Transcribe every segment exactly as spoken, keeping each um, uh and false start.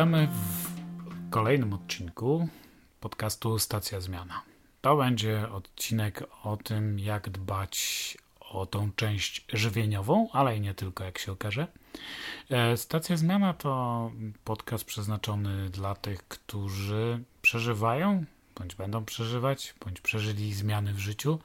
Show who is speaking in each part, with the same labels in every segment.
Speaker 1: Witamy w kolejnym odcinku podcastu Stacja Zmiana. To będzie odcinek o tym, jak dbać o tą część żywieniową, ale i nie tylko, jak się okaże. Stacja Zmiana to podcast przeznaczony dla tych, którzy przeżywają, bądź będą przeżywać, bądź przeżyli zmiany w życiu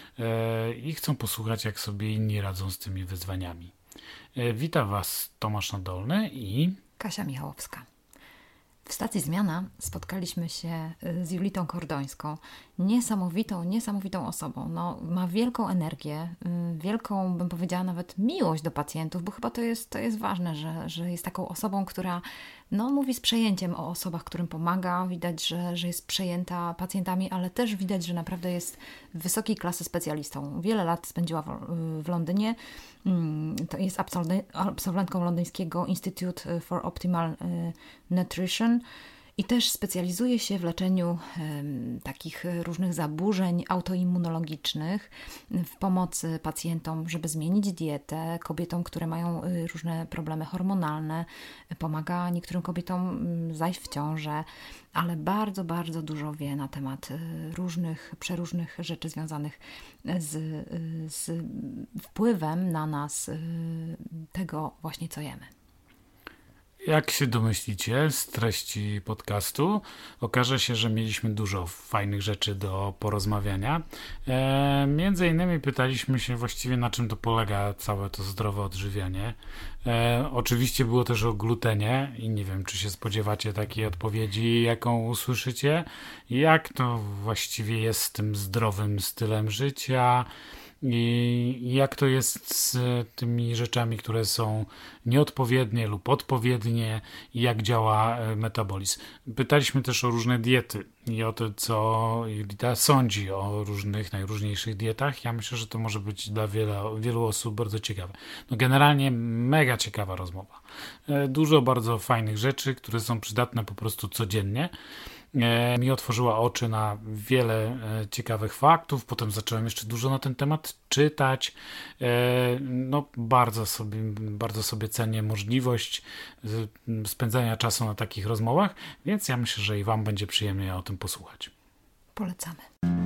Speaker 1: i chcą posłuchać, jak sobie inni radzą z tymi wyzwaniami. Witam Was Tomasz Nadolny i
Speaker 2: Kasia Michałowska. W Stacji Zmiana spotkaliśmy się z Julitą Kordońską, niesamowitą, niesamowitą osobą. No, ma wielką energię, wielką, bym powiedziała, nawet miłość do pacjentów, bo chyba to jest, to jest ważne, że, że jest taką osobą, która no, mówi z przejęciem o osobach, którym pomaga. Widać, że, że jest przejęta pacjentami, ale też widać, że naprawdę jest wysokiej klasy specjalistą. Wiele lat spędziła w, w Londynie. To jest absolwentką londyńskiego Institute for Optimal Nutrition i też specjalizuje się w leczeniu um, takich różnych zaburzeń autoimmunologicznych, w pomocy pacjentom, żeby zmienić dietę, kobietom, które mają różne problemy hormonalne, pomaga niektórym kobietom zajść w ciążę, ale bardzo, bardzo dużo wie na temat różnych, przeróżnych rzeczy związanych z, z wpływem na nas tego właśnie, co jemy.
Speaker 1: Jak się domyślicie z treści podcastu, okaże się, że mieliśmy dużo fajnych rzeczy do porozmawiania. E, między innymi pytaliśmy się właściwie, na czym to polega całe to zdrowe odżywianie. E, oczywiście było też o glutenie i nie wiem, czy się spodziewacie takiej odpowiedzi, jaką usłyszycie. Jak to właściwie jest z tym zdrowym stylem życia i jak to jest z tymi rzeczami, które są nieodpowiednie lub odpowiednie i jak działa metabolizm. Pytaliśmy też o różne diety i o to, co Julita sądzi o różnych, najróżniejszych dietach. Ja myślę, że to może być dla wielu, wielu osób bardzo ciekawe. No generalnie mega ciekawa rozmowa. Dużo bardzo fajnych rzeczy, które są przydatne po prostu codziennie. Mi otworzyła oczy na wiele ciekawych faktów, potem zacząłem jeszcze dużo na ten temat czytać. No bardzo sobie, bardzo sobie cenię możliwość spędzania czasu na takich rozmowach, więc ja myślę, że i Wam będzie przyjemnie o tym posłuchać.
Speaker 2: Polecamy.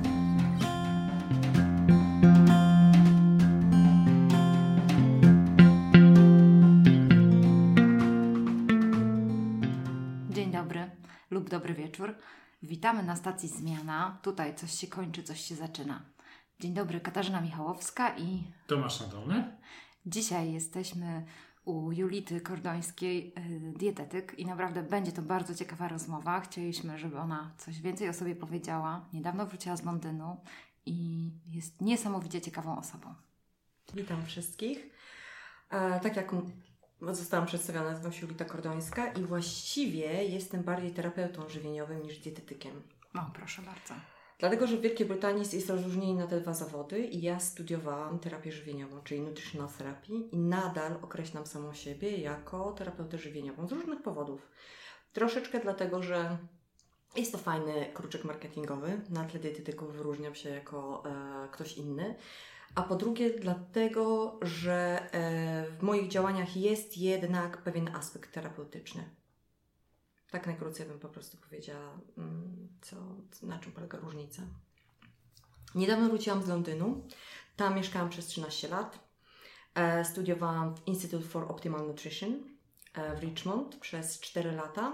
Speaker 2: Dzień dobry lub dobry wieczór. Witamy na stacji Zmiana. Tutaj coś się kończy, coś się zaczyna. Dzień dobry, Katarzyna Michałowska i
Speaker 1: Tomasz Nadolny.
Speaker 2: Dzisiaj jesteśmy u Julity Kordońskiej, dietetyk, i naprawdę będzie to bardzo ciekawa rozmowa. Chcieliśmy, żeby ona coś więcej o sobie powiedziała. Niedawno wróciła z Londynu i jest niesamowicie ciekawą osobą.
Speaker 3: Witam wszystkich. E, tak jak zostałam przedstawiona, nazywam się Julita Kordońska i właściwie jestem bardziej terapeutą żywieniowym niż dietetykiem.
Speaker 2: O, proszę bardzo.
Speaker 3: Dlatego, że w Wielkiej Brytanii jest rozróżnienie na te dwa zawody i ja studiowałam terapię żywieniową, czyli nutritional therapy, i nadal określam samą siebie jako terapeutę żywieniową z różnych powodów. Troszeczkę dlatego, że jest to fajny kruczek marketingowy, na tle dietetyków wyróżniam się jako e, ktoś inny. A po drugie dlatego, że e, w moich działaniach jest jednak pewien aspekt terapeutyczny. Tak najkrócej bym po prostu powiedziała, co, na czym polega różnica. Niedawno wróciłam z Londynu. Tam mieszkałam przez trzynaście lat. E, studiowałam w Institute for Optimal Nutrition e, w Richmond przez cztery lata.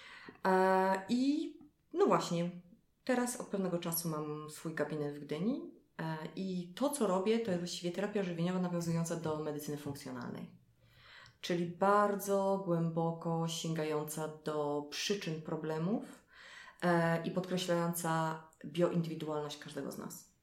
Speaker 3: E, I no właśnie, teraz od pewnego czasu mam swój gabinet w Gdyni. E, I to, co robię, to jest właściwie terapia żywieniowa nawiązująca do medycyny funkcjonalnej. Czyli bardzo głęboko sięgająca do przyczyn problemów e, i podkreślająca bioindywidualność każdego z nas.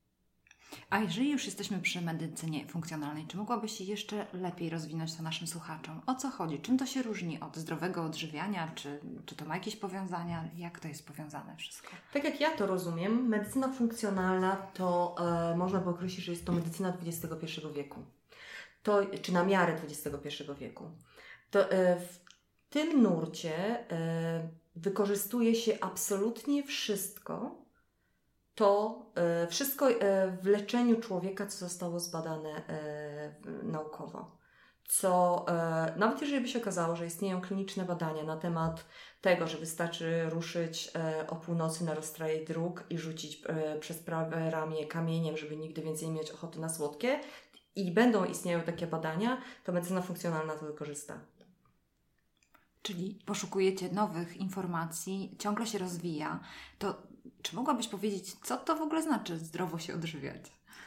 Speaker 2: A jeżeli już jesteśmy przy medycynie funkcjonalnej, czy mogłabyś jeszcze lepiej rozwinąć to naszym słuchaczom? O co chodzi? Czym to się różni od zdrowego odżywiania? Czy, czy to ma jakieś powiązania? Jak to jest powiązane wszystko?
Speaker 3: Tak jak ja to rozumiem, medycyna funkcjonalna to e, można by określić, że jest to medycyna dwudziestego pierwszego wieku. To, czy na miarę dwudziestego pierwszego wieku. To e, w tym nurcie e, wykorzystuje się absolutnie wszystko, to e, wszystko e, w leczeniu człowieka, co zostało zbadane e, naukowo. co e, nawet jeżeli by się okazało, że istnieją kliniczne badania na temat tego, że wystarczy ruszyć e, o północy na rozstroje dróg i rzucić e, przez prawe ramię kamieniem, żeby nigdy więcej nie mieć ochoty na słodkie, i będą istniały takie badania, to medycyna funkcjonalna to wykorzysta.
Speaker 2: Czyli poszukujecie nowych informacji, ciągle się rozwija. To czy mogłabyś powiedzieć, co to w ogóle znaczy zdrowo się odżywiać?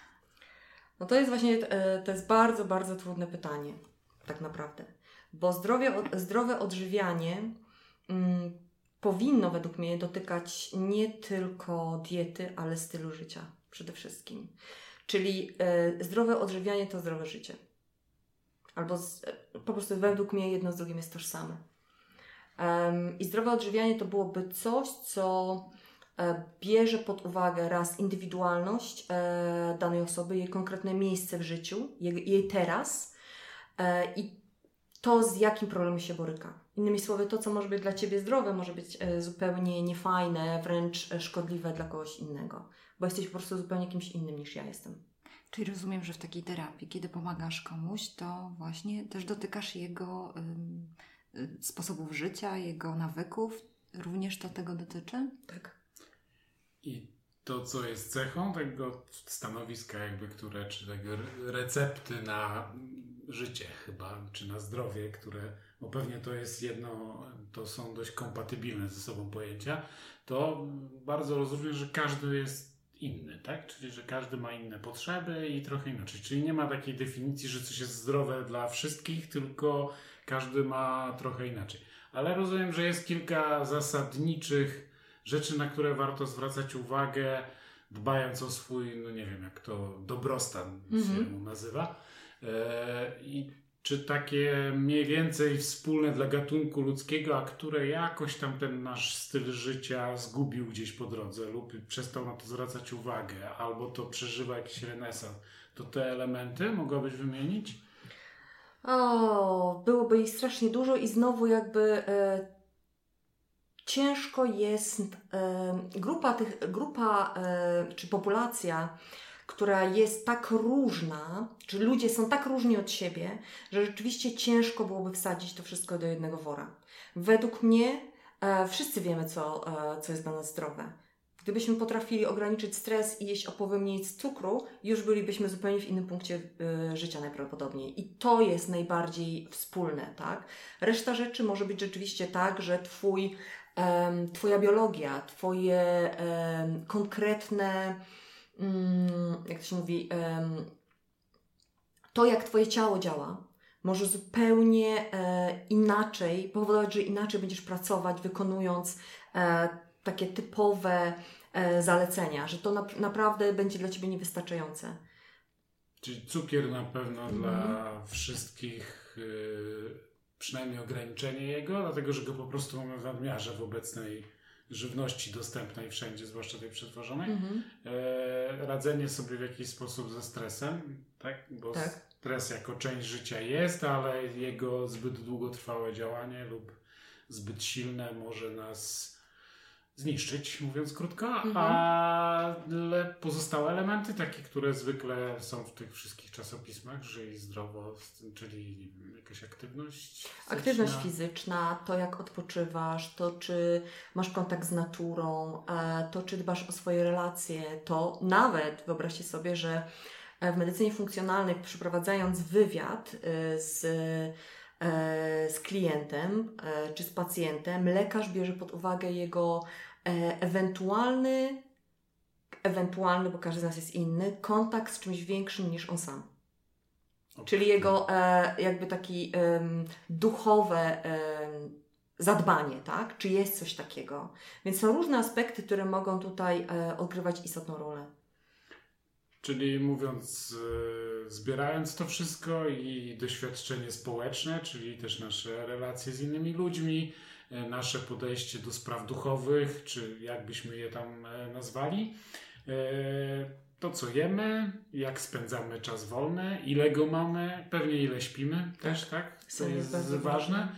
Speaker 3: No to jest właśnie, to jest bardzo, bardzo trudne pytanie, tak naprawdę. Bo zdrowie, zdrowe odżywianie mm, powinno według mnie dotykać nie tylko diety, ale stylu życia przede wszystkim. Czyli y, zdrowe odżywianie to zdrowe życie. Albo z, po prostu według mnie jedno z drugim jest tożsame. Um, I zdrowe odżywianie to byłoby coś, co e, bierze pod uwagę raz indywidualność e, danej osoby, jej konkretne miejsce w życiu, jej, jej teraz e, i to, z jakim problemem się boryka. Innymi słowy, to, co może być dla Ciebie zdrowe, może być e, zupełnie niefajne, wręcz e, szkodliwe dla kogoś innego, bo jesteś po prostu zupełnie kimś innym niż ja jestem.
Speaker 2: Czyli rozumiem, że w takiej terapii, kiedy pomagasz komuś, to właśnie też dotykasz jego ym, y, sposobów życia, jego nawyków. Również to tego dotyczy?
Speaker 3: Tak.
Speaker 1: I to, co jest cechą tego stanowiska, jakby, które, czy tego recepty na życie chyba, czy na zdrowie, które, bo pewnie to jest jedno, to są dość kompatybilne ze sobą pojęcia, to bardzo rozumiem, że każdy jest inny, tak? Czyli, że każdy ma inne potrzeby i trochę inaczej. Czyli nie ma takiej definicji, że coś jest zdrowe dla wszystkich, tylko każdy ma trochę inaczej. Ale rozumiem, że jest kilka zasadniczych rzeczy, na które warto zwracać uwagę, dbając o swój, no nie wiem, jak to dobrostan mm-hmm. się nazywa. E, I czy takie mniej więcej wspólne dla gatunku ludzkiego, a które jakoś tam ten nasz styl życia zgubił gdzieś po drodze lub przestał na to zwracać uwagę, albo to przeżywa jakiś renesans, to te elementy mogłabyś wymienić?
Speaker 3: O, byłoby ich strasznie dużo i znowu jakby e, ciężko jest e, grupa tych, grupa e, czy populacja, która jest tak różna, czy ludzie są tak różni od siebie, że rzeczywiście ciężko byłoby wsadzić to wszystko do jednego wora. Według mnie e, wszyscy wiemy, co, e, co jest dla nas zdrowe. Gdybyśmy potrafili ograniczyć stres i jeść o połowę mniej cukru, już bylibyśmy zupełnie w innym punkcie y, życia najprawdopodobniej. I to jest najbardziej wspólne, tak? Reszta rzeczy może być rzeczywiście tak, że twój, um, Twoja biologia, Twoje um, konkretne, um, jak to się mówi, um, to jak Twoje ciało działa, może zupełnie e, inaczej, powodować, że inaczej będziesz pracować, wykonując e, takie typowe e, zalecenia, że to na, naprawdę będzie dla Ciebie niewystarczające.
Speaker 1: Czyli cukier na pewno mm. dla wszystkich, yy, przynajmniej ograniczenie jego, dlatego że go po prostu mamy w nadmiarze w obecnej żywności dostępnej wszędzie, zwłaszcza tej przetworzonej. Mm-hmm. E, radzenie sobie w jakiś sposób ze stresem, tak? Bo
Speaker 3: tak.
Speaker 1: Stres jako część życia jest, ale jego zbyt długotrwałe działanie lub zbyt silne może nas zniszczyć, mówiąc krótko, mhm. ale pozostałe elementy, takie, które zwykle są w tych wszystkich czasopismach, żyj zdrowo, czyli jakaś aktywność fizyczna.
Speaker 3: Aktywność fizyczna, to jak odpoczywasz, to czy masz kontakt z naturą, to czy dbasz o swoje relacje, to nawet wyobraźcie sobie, że w medycynie funkcjonalnej, przeprowadzając wywiad z z klientem czy z pacjentem, lekarz bierze pod uwagę jego ewentualny, ewentualny, bo każdy z nas jest inny, kontakt z czymś większym niż on sam. Okay. Czyli jego jakby taki duchowe zadbanie, tak? Czy jest coś takiego. Więc są różne aspekty, które mogą tutaj odgrywać istotną rolę.
Speaker 1: Czyli mówiąc, zbierając to wszystko i doświadczenie społeczne, czyli też nasze relacje z innymi ludźmi, nasze podejście do spraw duchowych, czy jakbyśmy je tam nazwali, to co jemy, jak spędzamy czas wolny, ile go mamy, pewnie ile śpimy też, tak? To jest ważne. ważne.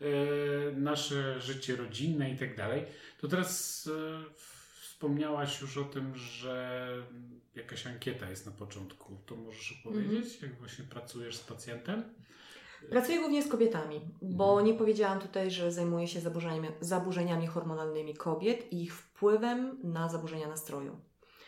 Speaker 1: Nasze życie rodzinne i tak dalej. To teraz wspomniałaś już o tym, że jakaś ankieta jest na początku. To możesz opowiedzieć, mm-hmm. jak właśnie pracujesz z pacjentem?
Speaker 3: Pracuję głównie z kobietami, bo nie powiedziałam tutaj, że zajmuję się zaburzeniami, zaburzeniami hormonalnymi kobiet i ich wpływem na zaburzenia nastroju.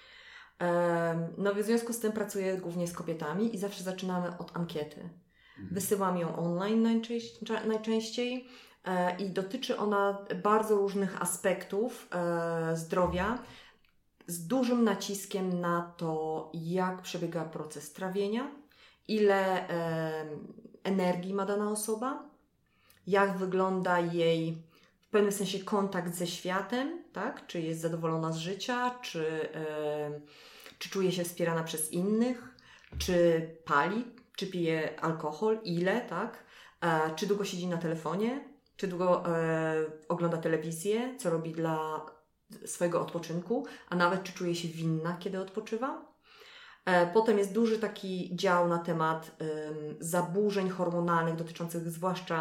Speaker 3: No w związku z tym pracuję głównie z kobietami i zawsze zaczynamy od ankiety. Wysyłam ją online najczęściej, najczęściej i dotyczy ona bardzo różnych aspektów zdrowia, z dużym naciskiem na to, jak przebiega proces trawienia, ile energii ma dana osoba, jak wygląda jej w pewnym sensie kontakt ze światem, tak? Czy jest zadowolona z życia, czy, e, czy czuje się wspierana przez innych, czy pali, czy pije alkohol, ile, tak? E, czy długo siedzi na telefonie, czy długo e, ogląda telewizję, co robi dla swojego odpoczynku, a nawet czy czuje się winna, kiedy odpoczywa. Potem jest duży taki dział na temat um, zaburzeń hormonalnych dotyczących zwłaszcza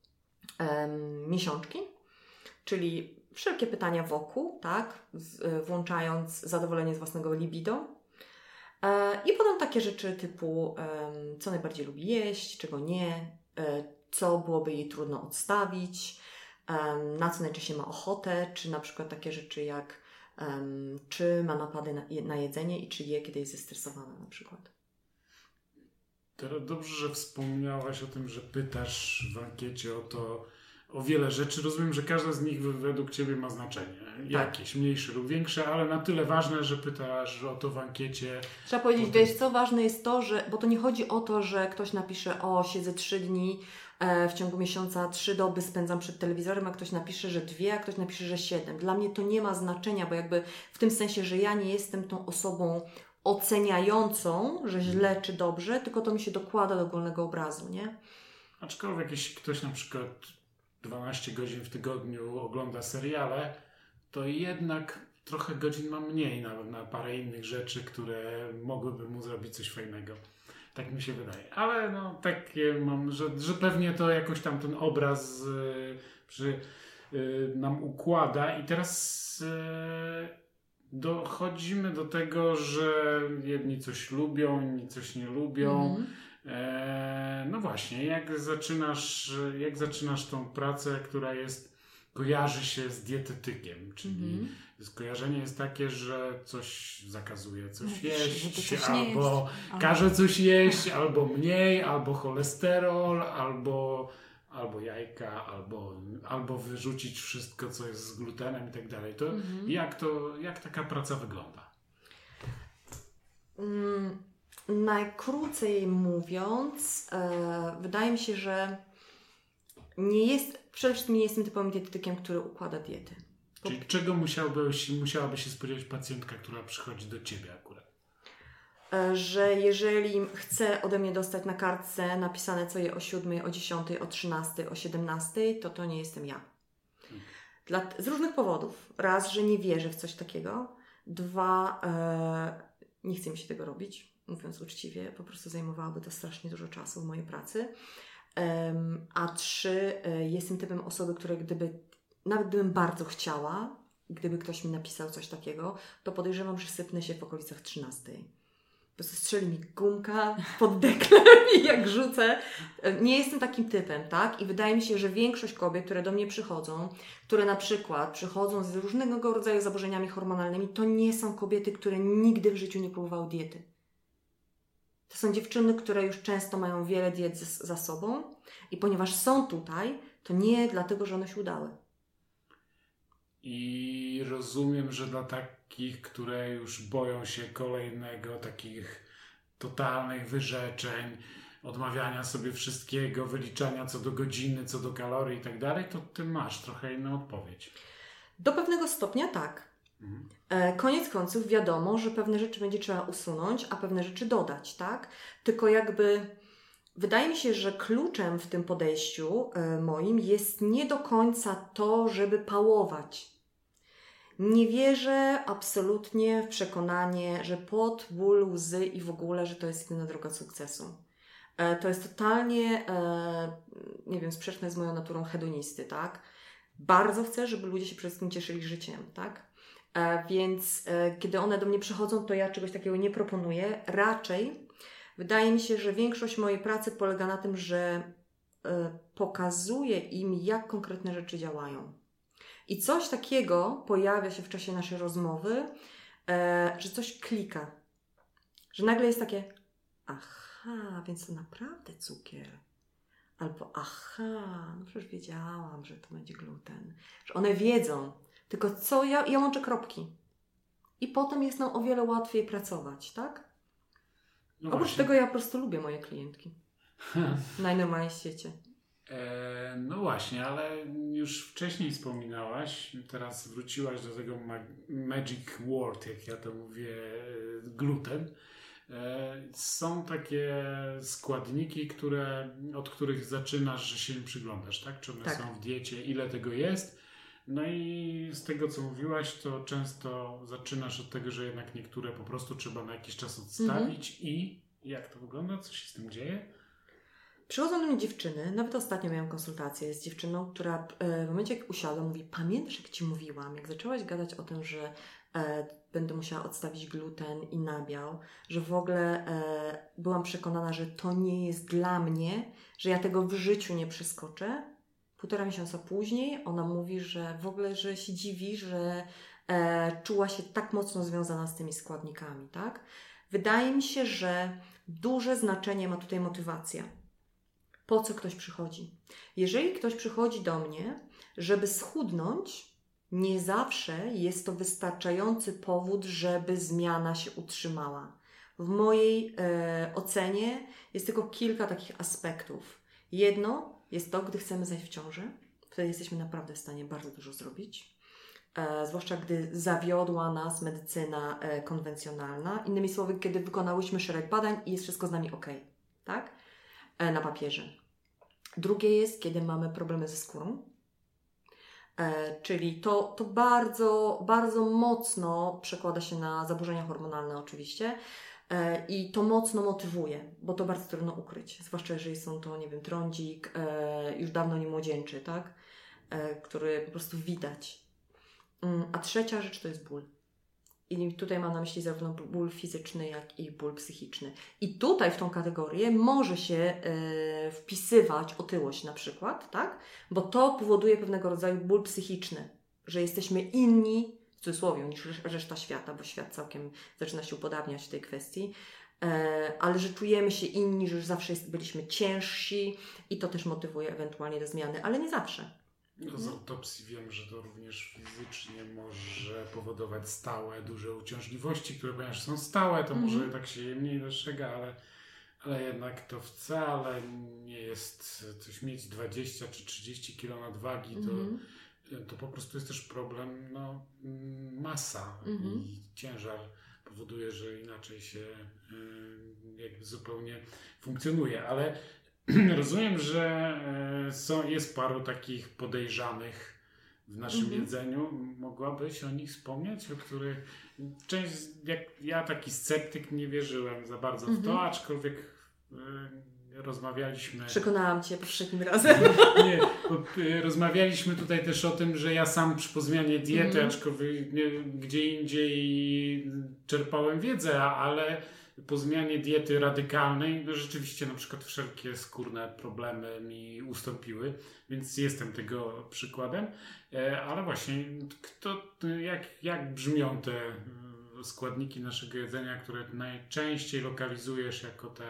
Speaker 3: um, miesiączki, czyli wszelkie pytania wokół, tak, z, włączając zadowolenie z własnego libido. E, I potem takie rzeczy typu um, co najbardziej lubi jeść, czego nie, e, co byłoby jej trudno odstawić, um, na co najczęściej ma ochotę, czy na przykład takie rzeczy jak Um, czy ma napady na, na jedzenie i czy je, kiedy jest zestresowana na przykład.
Speaker 1: Teraz dobrze, że wspomniałaś o tym, że pytasz w ankiecie o to, o wiele rzeczy. Rozumiem, że każda z nich według Ciebie ma znaczenie. Jakieś, tak. Mniejsze lub większe, ale na tyle ważne, że pytasz o to w ankiecie.
Speaker 3: Trzeba powiedzieć, potem... wiesz co, ważne jest to, że, bo to nie chodzi o to, że ktoś napisze, o siedzę trzy dni, w ciągu miesiąca trzy doby spędzam przed telewizorem, a ktoś napisze, że dwie, a ktoś napisze, że siedem. Dla mnie to nie ma znaczenia, bo jakby w tym sensie, że ja nie jestem tą osobą oceniającą, że źle czy dobrze, tylko to mi się dokłada do ogólnego obrazu, nie?
Speaker 1: Aczkolwiek jeśli ktoś na przykład dwanaście godzin w tygodniu ogląda seriale, to jednak trochę godzin ma mniej na, na parę innych rzeczy, które mogłyby mu zrobić coś fajnego. Tak mi się wydaje. Ale no takie mam, że, że pewnie to jakoś tam ten obraz y, przy, y, nam układa i teraz y, dochodzimy do tego, że jedni coś lubią, inni coś nie lubią. Mm-hmm. E, no właśnie, jak zaczynasz, jak zaczynasz tą pracę, która jest, kojarzy się z dietetykiem, czyli mm-hmm. skojarzenie jest takie, że coś zakazuje coś no, jeść, coś albo jeść. każe coś jeść, albo mniej, albo cholesterol, albo, albo jajka, albo, albo wyrzucić wszystko, co jest z glutenem i tak dalej. To mm-hmm. jak to, jak taka praca wygląda?
Speaker 3: Mm, najkrócej mówiąc, e, wydaje mi się, że nie jest, przede wszystkim nie jestem typowym dietetykiem, który układa diety.
Speaker 1: Czyli Bo... czego musiałbyś, musiałaby się spodziewać pacjentka, która przychodzi do Ciebie akurat?
Speaker 3: Że jeżeli chce ode mnie dostać na kartce napisane co je o siódmej, o dziesiątej, o trzynastej, o siedemnastej, to to nie jestem ja. Hmm. Dla, z różnych powodów. Raz, że nie wierzę w coś takiego. Dwa, e, nie chce mi się tego robić. Mówiąc uczciwie, po prostu zajmowałoby to strasznie dużo czasu w mojej pracy. Um, a trzy, y, jestem typem osoby, której gdyby, nawet gdybym bardzo chciała, gdyby ktoś mi napisał coś takiego, to podejrzewam, że sypnę się w okolicach trzynastej. Po prostu strzeli mi gumka pod deklem i jak rzucę. Nie jestem takim typem, tak? I wydaje mi się, że większość kobiet, które do mnie przychodzą, które na przykład przychodzą z różnego rodzaju zaburzeniami hormonalnymi, to nie są kobiety, które nigdy w życiu nie próbowały diety. To są dziewczyny, które już często mają wiele diet za sobą i ponieważ są tutaj, to nie dlatego, że one się udały.
Speaker 1: I rozumiem, że dla takich, które już boją się kolejnego takich totalnych wyrzeczeń, odmawiania sobie wszystkiego, wyliczania co do godziny, co do kalorii i tak dalej, to ty masz trochę inną odpowiedź.
Speaker 3: Do pewnego stopnia tak. Koniec końców wiadomo, że pewne rzeczy będzie trzeba usunąć, a pewne rzeczy dodać, tak? Tylko jakby wydaje mi się, że kluczem w tym podejściu moim jest nie do końca to, żeby pałować. Nie wierzę absolutnie w przekonanie, że pot, ból, łzy i w ogóle, że to jest jedyna droga sukcesu. To jest totalnie, nie wiem, sprzeczne z moją naturą hedonisty, tak? Bardzo chcę, żeby ludzie się przede wszystkim cieszyli życiem, tak? E, więc e, kiedy one do mnie przychodzą, to ja czegoś takiego nie proponuję. Raczej wydaje mi się, że większość mojej pracy polega na tym, że pokazuję im, jak konkretne rzeczy działają. I coś takiego pojawia się w czasie naszej rozmowy, że coś klika. Że nagle jest takie, aha, więc to naprawdę cukier. Albo aha, no przecież wiedziałam, że to będzie gluten. Że one wiedzą, tylko co, ja, ja łączę kropki. I potem jest nam o wiele łatwiej pracować, tak? No Oprócz właśnie. tego ja po prostu lubię moje klientki. Najnormalniej w świecie.
Speaker 1: E, no właśnie, ale już wcześniej wspominałaś, teraz wróciłaś do tego mag- magic word, jak ja to mówię, gluten. E, są takie składniki, które, od których zaczynasz, że się im przyglądasz, tak? Czy one tak. są w diecie, ile tego jest? No i z tego, co mówiłaś, to często zaczynasz od tego, że jednak niektóre po prostu trzeba na jakiś czas odstawić mm-hmm. i jak to wygląda? Co się z tym dzieje?
Speaker 3: Przychodzą do mnie dziewczyny, nawet ostatnio miałam konsultację z dziewczyną, która w momencie jak usiadła, mówi, pamiętasz jak Ci mówiłam, jak zaczęłaś gadać o tym, że e, będę musiała odstawić gluten i nabiał, że w ogóle e, byłam przekonana, że to nie jest dla mnie, że ja tego w życiu nie przeskoczę. Półtora miesiąca później ona mówi, że w ogóle, że się dziwi, że e, czuła się tak mocno związana z tymi składnikami, tak? Wydaje mi się, że duże znaczenie ma tutaj motywacja. Po co ktoś przychodzi? Jeżeli ktoś przychodzi do mnie, żeby schudnąć, nie zawsze jest to wystarczający powód, żeby zmiana się utrzymała. W mojej e, ocenie jest tylko kilka takich aspektów. Jedno jest to, gdy chcemy zajść w ciążę, wtedy jesteśmy naprawdę w stanie bardzo dużo zrobić. E, zwłaszcza gdy zawiodła nas medycyna e, konwencjonalna. Innymi słowy, kiedy wykonałyśmy szereg badań i jest wszystko z nami ok, tak? E, na papierze. Drugie jest, kiedy mamy problemy ze skórą. E, czyli to, to bardzo, bardzo mocno przekłada się na zaburzenia hormonalne oczywiście. I to mocno motywuje, bo to bardzo trudno ukryć, zwłaszcza jeżeli są to, nie wiem, trądzik, e, już dawno nie młodzieńczy, tak? E, który po prostu widać. Um, a trzecia rzecz to jest ból. I tutaj mam na myśli zarówno ból fizyczny, jak i ból psychiczny. I tutaj w tą kategorię może się e, wpisywać otyłość na przykład, tak? Bo to powoduje pewnego rodzaju ból psychiczny, że jesteśmy inni, w cudzysłowie, niż reszta świata, bo świat całkiem zaczyna się upodabniać w tej kwestii, e, ale że czujemy się inni, że już zawsze jest, byliśmy ciężsi i to też motywuje ewentualnie do zmiany, ale nie zawsze.
Speaker 1: No, z autopsji wiem, że to również fizycznie może powodować stałe, duże uciążliwości, które ponieważ są stałe, to mm-hmm. może tak się je mniej dostrzega, ale, ale jednak to wcale nie jest coś mieć dwadzieścia czy trzydzieści kilogramów nadwagi, to mm-hmm. to po prostu jest też problem, no, masa mm-hmm. i ciężar powoduje, że inaczej się y, jakby zupełnie funkcjonuje, ale rozumiem, że y, są, jest paru takich podejrzanych w naszym mm-hmm. jedzeniu. Mogłabyś o nich wspomnieć, o których część, jak ja taki sceptyk, nie wierzyłem za bardzo mm-hmm. w to, aczkolwiek y, rozmawialiśmy...
Speaker 3: Przekonałam Cię poprzednim razem.
Speaker 1: Nie, bo, y, rozmawialiśmy tutaj też o tym, że ja sam po zmianie diety, mm. aczkolwiek nie, gdzie indziej czerpałem wiedzę, ale po zmianie diety radykalnej no rzeczywiście na przykład wszelkie skórne problemy mi ustąpiły, więc jestem tego przykładem. E, ale właśnie, kto, jak, jak brzmią te składniki naszego jedzenia, które najczęściej lokalizujesz jako te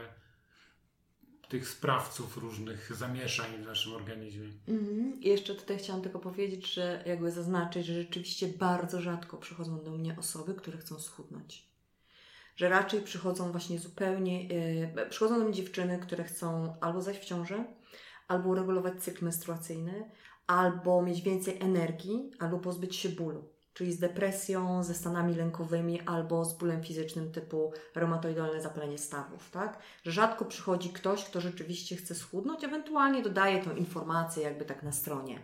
Speaker 1: tych sprawców różnych zamieszań w naszym organizmie.
Speaker 3: Mm-hmm. I jeszcze tutaj chciałam tylko powiedzieć, że jakby zaznaczyć, że rzeczywiście bardzo rzadko przychodzą do mnie osoby, które chcą schudnąć. Że raczej przychodzą właśnie zupełnie, yy, przychodzą do mnie dziewczyny, które chcą albo zajść w ciążę, albo uregulować cykl menstruacyjny, albo mieć więcej energii, albo pozbyć się bólu. Czyli z depresją, ze stanami lękowymi albo z bólem fizycznym typu reumatoidalne zapalenie stawów, tak? Że rzadko przychodzi ktoś, kto rzeczywiście chce schudnąć, ewentualnie dodaje tą informację jakby tak na stronie.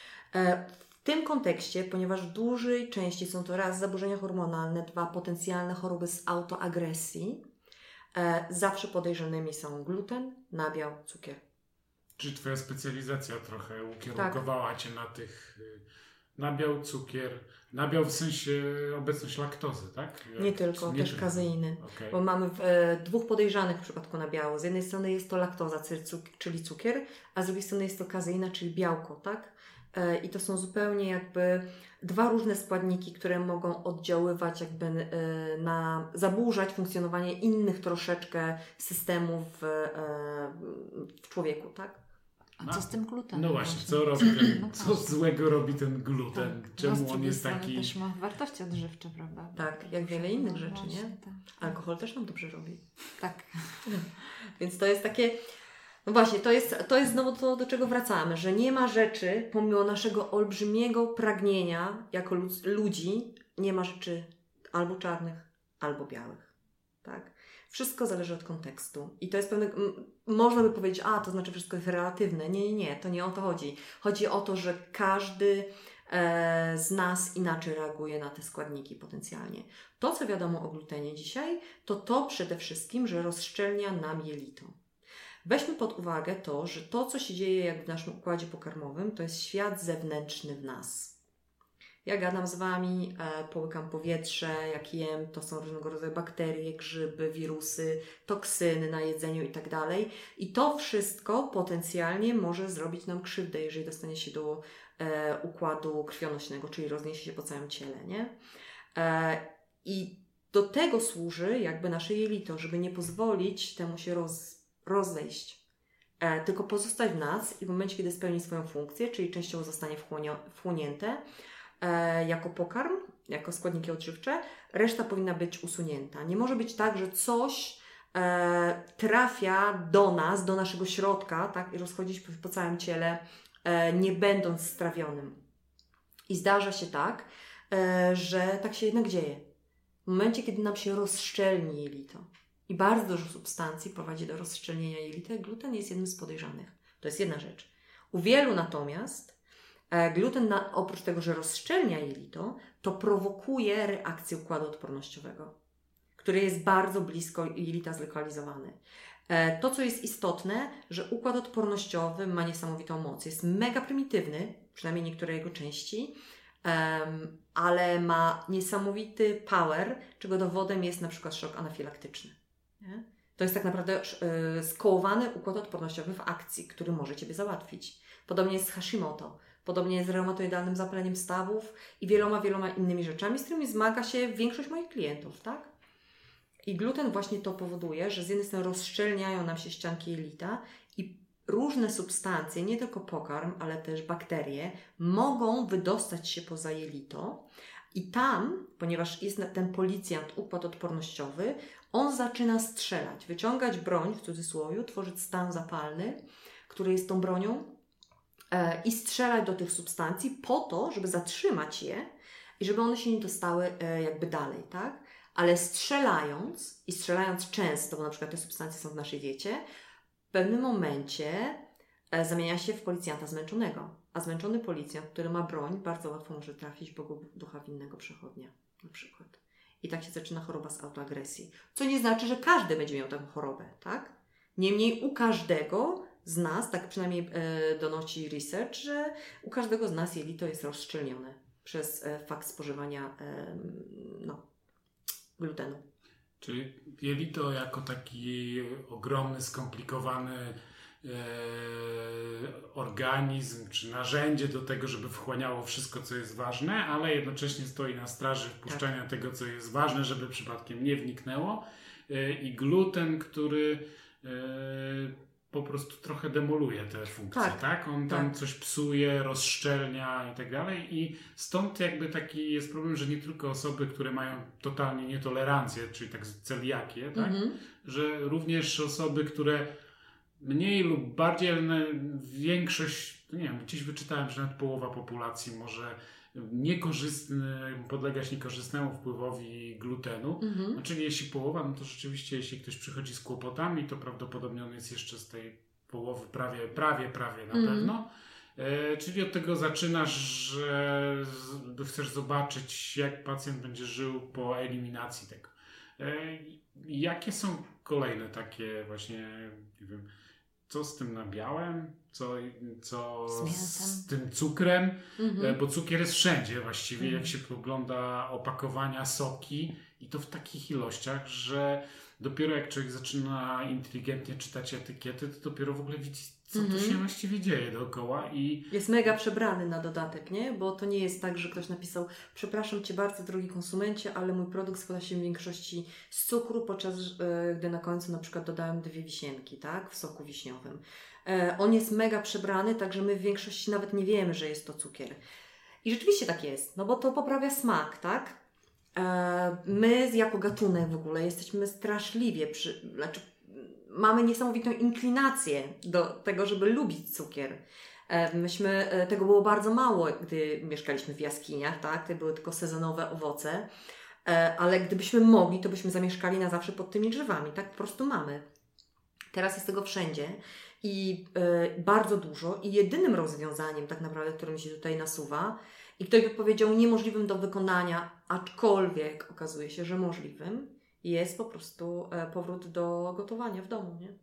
Speaker 3: W tym kontekście, ponieważ w dużej części są to raz zaburzenia hormonalne, dwa potencjalne choroby z autoagresji, zawsze podejrzanymi są gluten, nabiał, cukier.
Speaker 1: Czy Twoja specjalizacja trochę ukierunkowała tak. Cię na tych nabiał, cukier, nabiał w sensie obecność laktozy, tak? Jak,
Speaker 3: nie tylko,
Speaker 1: nie
Speaker 3: też
Speaker 1: tylko.
Speaker 3: kazeiny.
Speaker 1: Okay.
Speaker 3: Bo mamy w, e, dwóch podejrzanych w przypadku nabiału. Z jednej strony jest to laktoza, czyli cukier, a z drugiej strony jest to kazeina, czyli białko, tak? E, I to są zupełnie jakby dwa różne składniki, które mogą oddziaływać jakby e, na, zaburzać funkcjonowanie innych troszeczkę systemów w, e, w człowieku, tak?
Speaker 2: A co z tym glutenem?
Speaker 1: No właśnie, co robi ten,
Speaker 2: no
Speaker 1: co złego robi ten gluten?
Speaker 2: Tak.
Speaker 1: Czemu
Speaker 2: no,
Speaker 1: on jest taki...
Speaker 2: też ma wartości odżywcze, prawda?
Speaker 3: Tak, jak wiele innych rzeczy,
Speaker 2: właśnie,
Speaker 3: nie?
Speaker 2: Tak.
Speaker 3: Alkohol też nam dobrze robi.
Speaker 2: Tak.
Speaker 3: Więc to jest takie... No właśnie, to jest, to jest znowu to, do czego wracamy, że nie ma rzeczy, pomimo naszego olbrzymiego pragnienia jako ludzi, nie ma rzeczy albo czarnych, albo białych. Tak? Wszystko zależy od kontekstu. I to jest pewne... Można by powiedzieć, a to znaczy wszystko jest relatywne. Nie, nie, nie, to nie o to chodzi. Chodzi o to, że każdy e, z nas inaczej reaguje na te składniki potencjalnie. To, co wiadomo o glutenie dzisiaj, to to przede wszystkim, że rozszczelnia nam jelito. Weźmy pod uwagę to, że to, co się dzieje jak w naszym układzie pokarmowym, to jest świat zewnętrzny w nas. Ja gadam z Wami, e, połykam powietrze, jak jem, to są różnego rodzaju bakterie, grzyby, wirusy, toksyny na jedzeniu i tak dalej. I to wszystko potencjalnie może zrobić nam krzywdę, jeżeli dostanie się do e, układu krwionośnego, czyli rozniesie się po całym ciele, nie? E, I do tego służy jakby nasze jelito, żeby nie pozwolić temu się roz, rozejść, e, tylko pozostać w nas i w momencie, kiedy spełni swoją funkcję, czyli częściowo zostanie wchłonio, wchłonięte, E, jako pokarm, jako składniki odżywcze, reszta powinna być usunięta. Nie może być tak, że coś e, trafia do nas, do naszego środka, tak, i rozchodzi się po, po całym ciele, e, nie będąc strawionym. I zdarza się tak, e, że tak się jednak dzieje. W momencie, kiedy nam się rozszczelni jelito i bardzo dużo substancji prowadzi do rozszczelnienia jelita, gluten jest jednym z podejrzanych. To jest jedna rzecz. U wielu natomiast gluten, na, oprócz tego, że rozszczelnia jelito, to prowokuje reakcję układu odpornościowego, który jest bardzo blisko jelita zlokalizowany. To, co jest istotne, że układ odpornościowy ma niesamowitą moc. Jest mega prymitywny, przynajmniej niektóre jego części, um, ale ma niesamowity power, czego dowodem jest na przykład szok anafilaktyczny. Nie? To jest tak naprawdę y, skołowany układ odpornościowy w akcji, który może Ciebie załatwić. Podobnie jest z Hashimoto. Podobnie jest z reumatoidalnym zapaleniem stawów i wieloma, wieloma innymi rzeczami, z którymi zmaga się większość moich klientów, tak? I gluten właśnie to powoduje, że z jednej strony rozszczelniają nam się ścianki jelita i różne substancje, nie tylko pokarm, ale też bakterie, mogą wydostać się poza jelito i tam, ponieważ jest ten policjant, układ odpornościowy, on zaczyna strzelać, wyciągać broń, w cudzysłowie, tworzyć stan zapalny, który jest tą bronią, i strzelać do tych substancji po to, żeby zatrzymać je i żeby one się nie dostały jakby dalej, tak? Ale strzelając i strzelając często, bo na przykład te substancje są w naszej diecie, w pewnym momencie zamienia się w policjanta zmęczonego. A zmęczony policjant, który ma broń, bardzo łatwo może trafić Bogu ducha winnego przechodnia na przykład. I tak się zaczyna choroba z autoagresji. Co nie znaczy, że każdy będzie miał taką chorobę, tak? Niemniej u każdego z nas, tak przynajmniej e, donosi research, że u każdego z nas jelito jest rozszczelnione przez e, fakt spożywania e, no, glutenu.
Speaker 1: Czyli jelito jako taki ogromny, skomplikowany e, organizm, czy narzędzie do tego, żeby wchłaniało wszystko, co jest ważne, ale jednocześnie stoi na straży wpuszczania tak. tego, co jest ważne, żeby przypadkiem nie wniknęło. E, I gluten, który e, po prostu trochę demoluje te funkcje, tak? tak? On tam tak. coś psuje, rozszczelnia i tak dalej i stąd jakby taki jest problem, że nie tylko osoby, które mają totalnie nietolerancję, czyli tak celiakię, tak? Mm-hmm. Że również osoby, które mniej lub bardziej, ale większość, nie wiem, gdzieś wyczytałem, że nawet połowa populacji może niekorzystny, podlegać niekorzystnemu wpływowi glutenu. Mhm. Znaczy jeśli połowa, no to rzeczywiście jeśli ktoś przychodzi z kłopotami, to prawdopodobnie on jest jeszcze z tej połowy prawie, prawie, prawie na mhm. pewno. E, czyli od tego zaczynasz, że z, chcesz zobaczyć, jak pacjent będzie żył po eliminacji tego. E, jakie są kolejne takie właśnie, nie wiem, co z tym nabiałem, co, co
Speaker 2: z,
Speaker 1: z tym cukrem,
Speaker 3: Mhm.
Speaker 1: bo cukier jest wszędzie właściwie,
Speaker 3: Mhm.
Speaker 1: jak się pogląda opakowania, soki i to w takich ilościach, że dopiero jak człowiek zaczyna inteligentnie czytać etykiety, to dopiero w ogóle widzi, co
Speaker 3: Mhm.
Speaker 1: tu się właściwie dzieje dookoła i
Speaker 3: Jest mega przebrany na dodatek, nie? Bo to nie jest tak, że ktoś napisał: przepraszam Cię bardzo, drogi konsumencie, ale mój produkt składa się w większości z cukru, podczas e, gdy na końcu na przykład dodałem dwie wisienki, tak? W soku wiśniowym. E, on jest mega przebrany, także my w większości nawet nie wiemy, że jest to cukier. I rzeczywiście tak jest, no bo to poprawia smak, tak? E, my jako gatunek w ogóle jesteśmy straszliwie, przy, znaczy mamy niesamowitą inklinację do tego, żeby lubić cukier. E, myśmy, e, tego było bardzo mało, gdy mieszkaliśmy w jaskiniach, tak? To były tylko sezonowe owoce, e, ale gdybyśmy mogli, to byśmy zamieszkali na zawsze pod tymi drzewami, tak po prostu mamy. Teraz jest tego wszędzie i e, bardzo dużo i jedynym rozwiązaniem tak naprawdę, które mi się tutaj nasuwa i ktoś by powiedział niemożliwym do wykonania, aczkolwiek okazuje się, że możliwym, jest po prostu e, powrót do gotowania w domu, nie?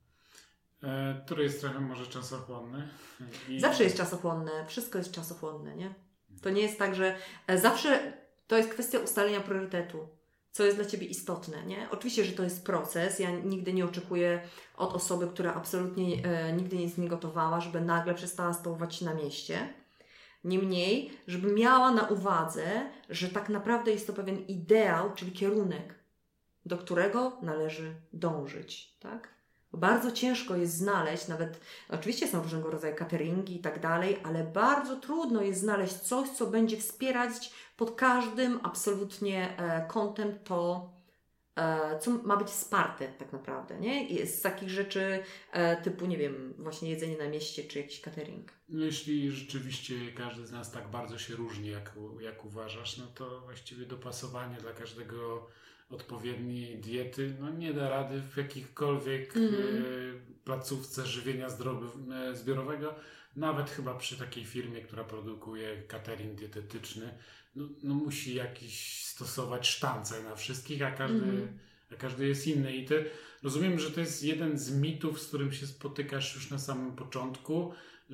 Speaker 1: e, który jest trochę może czasochłonny. I...
Speaker 3: Zawsze jest czasochłonne, wszystko jest czasochłonne, nie? To nie jest tak, że e, zawsze to jest kwestia ustalenia priorytetu, co jest dla Ciebie istotne, nie? Oczywiście, że to jest proces. Ja nigdy nie oczekuję od osoby, która absolutnie e, nigdy nic nie gotowała, żeby nagle przestała stołować na mieście. Niemniej, żeby miała na uwadze, że tak naprawdę jest to pewien ideał, czyli kierunek, do którego należy dążyć, tak? Bardzo ciężko jest znaleźć, nawet oczywiście są różnego rodzaju cateringi i tak dalej, ale bardzo trudno jest znaleźć coś, co będzie wspierać pod każdym absolutnie e, kątem to, e, co ma być wsparte tak naprawdę, nie? I z takich rzeczy e, typu, nie wiem, właśnie jedzenie na mieście czy jakiś catering.
Speaker 1: Jeśli rzeczywiście każdy z nas tak bardzo się różni, jak, jak uważasz, no to właściwie dopasowanie dla każdego odpowiedniej diety, no nie da rady w jakichkolwiek
Speaker 3: Mhm.
Speaker 1: e, placówce żywienia zdrowy, e, zbiorowego, nawet chyba przy takiej firmie, która produkuje catering dietetyczny, no, no musi jakiś stosować sztancę na wszystkich, a każdy,
Speaker 3: Mhm.
Speaker 1: a każdy jest inny. I ty, rozumiem, że to jest jeden z mitów, z którym się spotykasz już na samym początku,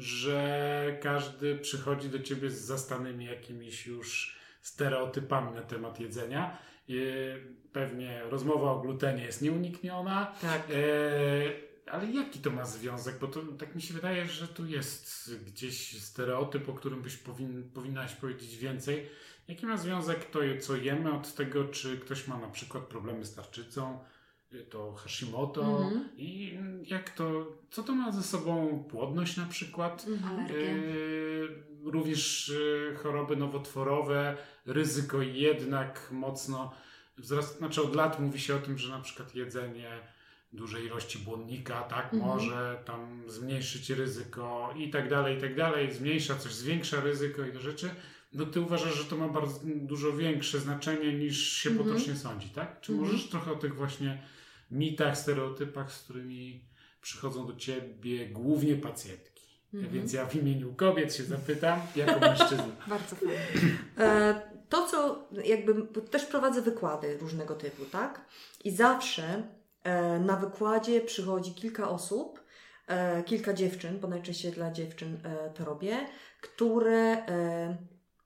Speaker 1: że każdy przychodzi do ciebie z zastanymi jakimiś już stereotypami na temat jedzenia. Pewnie rozmowa o glutenie jest nieunikniona,
Speaker 3: Tak.
Speaker 1: e, ale jaki to ma związek? Bo to tak mi się wydaje, że tu jest gdzieś stereotyp, o którym byś powin, powinnaś powiedzieć więcej. Jaki ma związek to, co jemy, od tego, czy ktoś ma na przykład problemy z tarczycą, to Hashimoto
Speaker 3: Mhm.
Speaker 1: i jak to, co to ma ze sobą płodność na przykład?
Speaker 3: Mhm.
Speaker 2: Alergie.
Speaker 1: E, również e, choroby nowotworowe, ryzyko jednak mocno wzrasta. Znaczy od lat mówi się o tym, że na przykład jedzenie dużej ilości błonnika, tak,
Speaker 3: Mhm.
Speaker 1: może tam zmniejszyć ryzyko i tak dalej, i tak dalej, zmniejsza coś, zwiększa ryzyko i te rzeczy. No ty uważasz, że to ma bardzo dużo większe znaczenie niż się
Speaker 3: Mhm.
Speaker 1: potocznie sądzi, tak? Czy
Speaker 3: Mhm.
Speaker 1: możesz trochę o tych właśnie mitach, stereotypach, z którymi przychodzą do ciebie głównie pacjentki?
Speaker 3: Mhm.
Speaker 1: Więc ja w imieniu kobiet się zapytam, jako mężczyzna.
Speaker 2: Bardzo fajnie.
Speaker 3: E, To, co jakby bo też prowadzę wykłady różnego typu, tak? I zawsze e, na wykładzie przychodzi kilka osób, e, kilka dziewczyn, bo najczęściej dla dziewczyn e, to robię, które, e,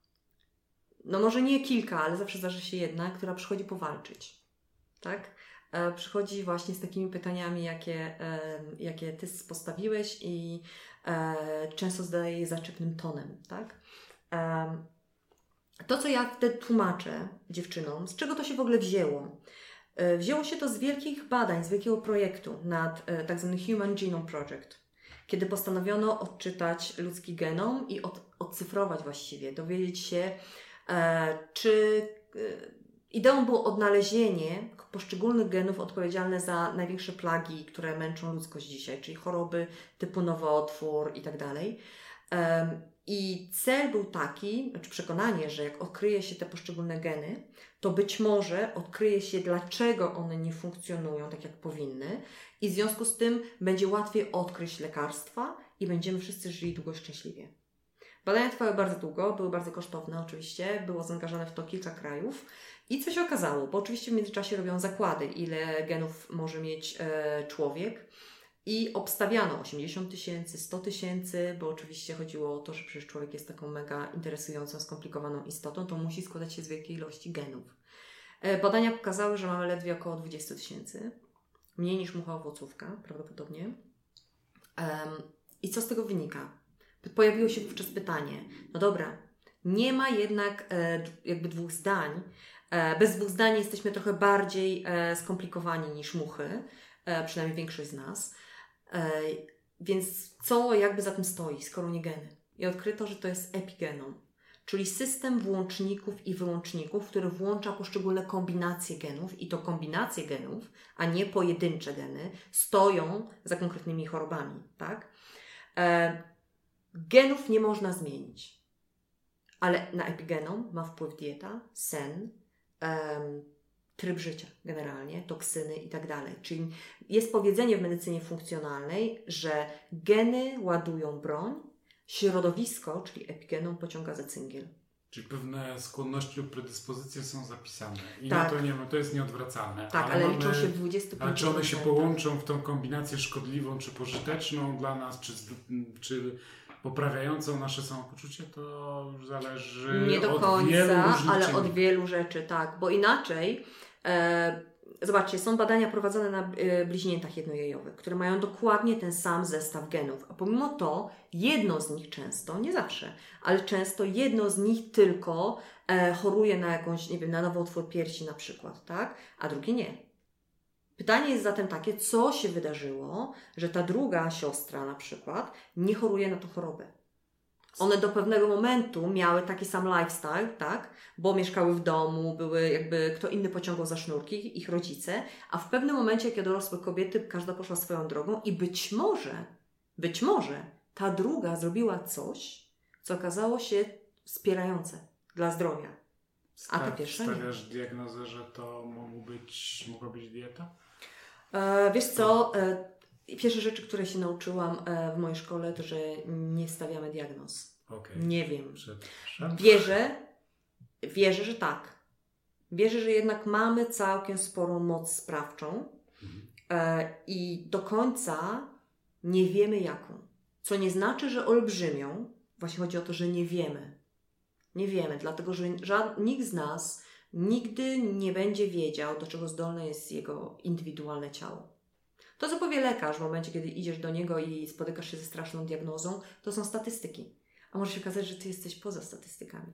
Speaker 3: no może nie kilka, ale zawsze zdarza się jedna, która przychodzi powalczyć, tak? E, przychodzi właśnie z takimi pytaniami, jakie, e, jakie Ty postawiłeś i e, często zadaje je zaczepnym tonem, tak? E, To, co ja wtedy tłumaczę dziewczynom, z czego to się w ogóle wzięło? E, Wzięło się to z wielkich badań, z wielkiego projektu nad e, tak zwany Human Genome Project, kiedy postanowiono odczytać ludzki genom i od, odcyfrować właściwie, dowiedzieć się, e, czy e, ideą było odnalezienie poszczególnych genów odpowiedzialnych za największe plagi, które męczą ludzkość dzisiaj, czyli choroby typu nowotwór i tak dalej. I cel był taki, znaczy przekonanie, że jak odkryje się te poszczególne geny, to być może odkryje się, dlaczego one nie funkcjonują tak, jak powinny i w związku z tym będzie łatwiej odkryć lekarstwa i będziemy wszyscy żyli długo i szczęśliwie. Badania trwały bardzo długo, były bardzo kosztowne oczywiście, było zaangażowane w to kilka krajów i co się okazało, bo oczywiście w międzyczasie robią zakłady, ile genów może mieć e, człowiek I obstawiano osiemdziesiąt tysięcy, sto tysięcy, bo oczywiście chodziło o to, że przecież człowiek jest taką mega interesującą, skomplikowaną istotą, to musi składać się z wielkiej ilości genów. Badania pokazały, że mamy ledwie około dwadzieścia tysięcy, mniej niż mucha owocówka prawdopodobnie. I co z tego wynika? Pojawiło się wówczas pytanie, no dobra, nie ma jednak jakby dwóch zdań, bez dwóch zdań jesteśmy trochę bardziej skomplikowani niż muchy, przynajmniej większość z nas. Więc co jakby za tym stoi, skoro nie geny? I odkryto, że to jest epigenom, czyli system włączników i wyłączników, który włącza poszczególne kombinacje genów i to kombinacje genów, a nie pojedyncze geny, stoją za konkretnymi chorobami, tak? E, genów nie można zmienić, ale na epigenom ma wpływ dieta, sen, um, tryb życia generalnie, toksyny i tak dalej. Czyli jest powiedzenie w medycynie funkcjonalnej, że geny ładują broń, środowisko, czyli epigenom, pociąga za cyngiel.
Speaker 1: Czyli pewne skłonności lub predyspozycje są zapisane. I
Speaker 3: tak.
Speaker 1: na to, nie, to jest nieodwracalne.
Speaker 3: Tak, ale, ale mamy, liczą się w dwudziestu pięciu procentach.
Speaker 1: Ale czy one się połączą w tą kombinację szkodliwą, czy pożyteczną dla nas, czy, czy poprawiającą nasze samopoczucie, to już zależy
Speaker 3: nie do
Speaker 1: od
Speaker 3: końca,
Speaker 1: wielu
Speaker 3: ale
Speaker 1: czynników.
Speaker 3: Od wielu rzeczy, tak. Bo inaczej... E, Zobaczcie, są badania prowadzone na bliźniętach jednojajowych, które mają dokładnie ten sam zestaw genów, a pomimo to jedno z nich często, nie zawsze, ale często jedno z nich tylko e, choruje na jakąś, nie wiem, na nowotwór piersi na przykład, tak? A drugie nie. Pytanie jest zatem takie, co się wydarzyło, że ta druga siostra na przykład nie choruje na tą chorobę. One do pewnego momentu miały taki sam lifestyle, tak? Bo mieszkały w domu, były jakby, kto inny pociągał za sznurki, ich rodzice, a w pewnym momencie, jak dorosłe kobiety, każda poszła swoją drogą i być może, być może ta druga zrobiła coś, co okazało się wspierające dla zdrowia. A ta pierwsza nie.
Speaker 1: Stawiasz diagnozę, że to mogło być, mogła być dieta?
Speaker 3: E, wiesz co, e, pierwsze rzeczy, które się nauczyłam w mojej szkole, to że nie stawiamy diagnoz.
Speaker 1: Okay.
Speaker 3: Nie wiem.
Speaker 1: Przepraszam.
Speaker 3: Wierzę, wierzę, że tak. Wierzę, że jednak mamy całkiem sporą moc sprawczą mhm. e, i do końca nie wiemy jaką. Co nie znaczy, że olbrzymią. Właśnie chodzi o to, że nie wiemy. Nie wiemy, dlatego że żad, nikt z nas nigdy nie będzie wiedział, do czego zdolne jest jego indywidualne ciało. To, co powie lekarz w momencie, kiedy idziesz do niego i spotykasz się ze straszną diagnozą, to są statystyki. A może się okazać, że ty jesteś poza statystykami.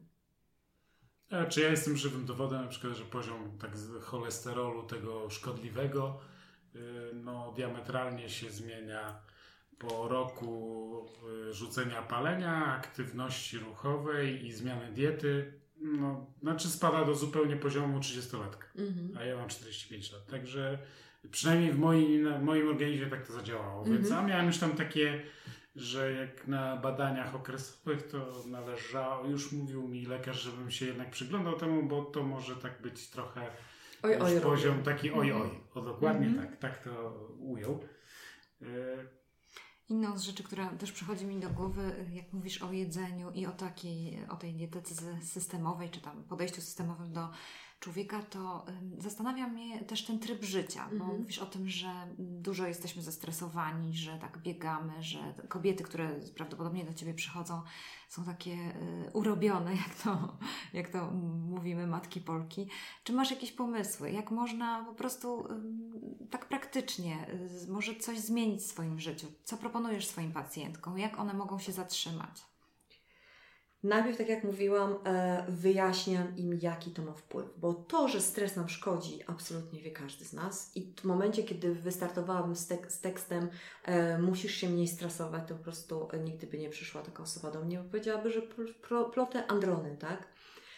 Speaker 1: A czy ja jestem żywym dowodem, na przykład, że poziom tak cholesterolu tego szkodliwego yy, no, diametralnie się zmienia po roku yy, rzucenia palenia, aktywności ruchowej i zmiany diety. No, znaczy spada do zupełnie poziomu trzydziestolatka, mm-hmm. a ja mam czterdzieści pięć lat. Także przynajmniej w moim, w moim organizmie tak to zadziałało. Mm-hmm. Więc a miałem już tam takie, że jak na badaniach okresowych to należało, już mówił mi lekarz, żebym się jednak przyglądał temu, bo to może tak być trochę
Speaker 3: oj,
Speaker 1: już
Speaker 3: oj,
Speaker 1: poziom
Speaker 3: robię.
Speaker 1: taki oj oj. O, dokładnie
Speaker 3: mm-hmm.
Speaker 1: tak, tak to ujął. Y-
Speaker 2: Inną z rzeczy, która też przychodzi mi do głowy, jak mówisz o jedzeniu i o takiej, o tej dietetyce systemowej, czy tam podejściu systemowym do człowieka, to y, zastanawia mnie też ten tryb życia, bo
Speaker 3: Mhm.
Speaker 2: mówisz o tym, że dużo jesteśmy zestresowani, że tak biegamy, że kobiety, które prawdopodobnie do Ciebie przychodzą, są takie y, urobione, jak to, jak to mówimy, matki Polki. Czy masz jakieś pomysły? Jak można po prostu y, tak praktycznie y, może coś zmienić w swoim życiu? Co proponujesz swoim pacjentkom? Jak one mogą się zatrzymać?
Speaker 3: Najpierw, tak jak mówiłam, wyjaśniam im, jaki to ma wpływ, bo to, że stres nam szkodzi, absolutnie wie każdy z nas i w momencie, kiedy wystartowałabym z, tek- z tekstem e, musisz się mniej stresować, to po prostu nigdy by nie przyszła taka osoba do mnie, bo powiedziałaby, że pl- plotę androny, tak?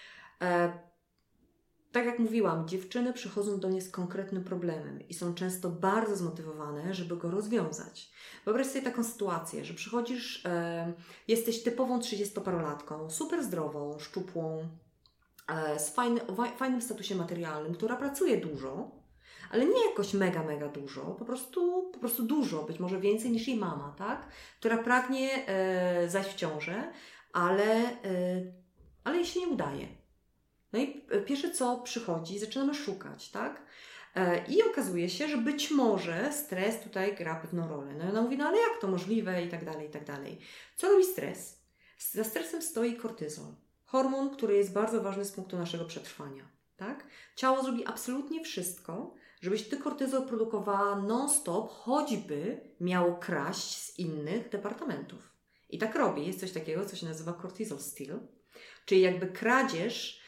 Speaker 3: E, tak jak mówiłam, dziewczyny przychodzą do mnie z konkretnym problemem i są często bardzo zmotywowane, żeby go rozwiązać. Wyobraź sobie taką sytuację, że przychodzisz, e, jesteś typową trzydziestoparolatką, super zdrową, szczupłą, e, z fajny, o wa- fajnym statusie materialnym, która pracuje dużo, ale nie jakoś mega, mega dużo, po prostu, po prostu dużo, być może więcej niż jej mama, tak? Która pragnie e, zajść w ciążę, ale, e, ale jej się nie udaje. No i pierwsze co przychodzi, zaczynamy szukać, tak? I okazuje się, że być może stres tutaj gra pewną rolę. No i ona mówi, no ale jak to możliwe i tak dalej, i tak dalej. Co robi stres? Za stresem stoi kortyzol. Hormon, który jest bardzo ważny z punktu naszego przetrwania. Tak? Ciało zrobi absolutnie wszystko, żebyś ty kortyzol produkowała non-stop, choćby miało kraść z innych departamentów. I tak robi. Jest coś takiego, co się nazywa cortisol steal, czyli jakby kradzież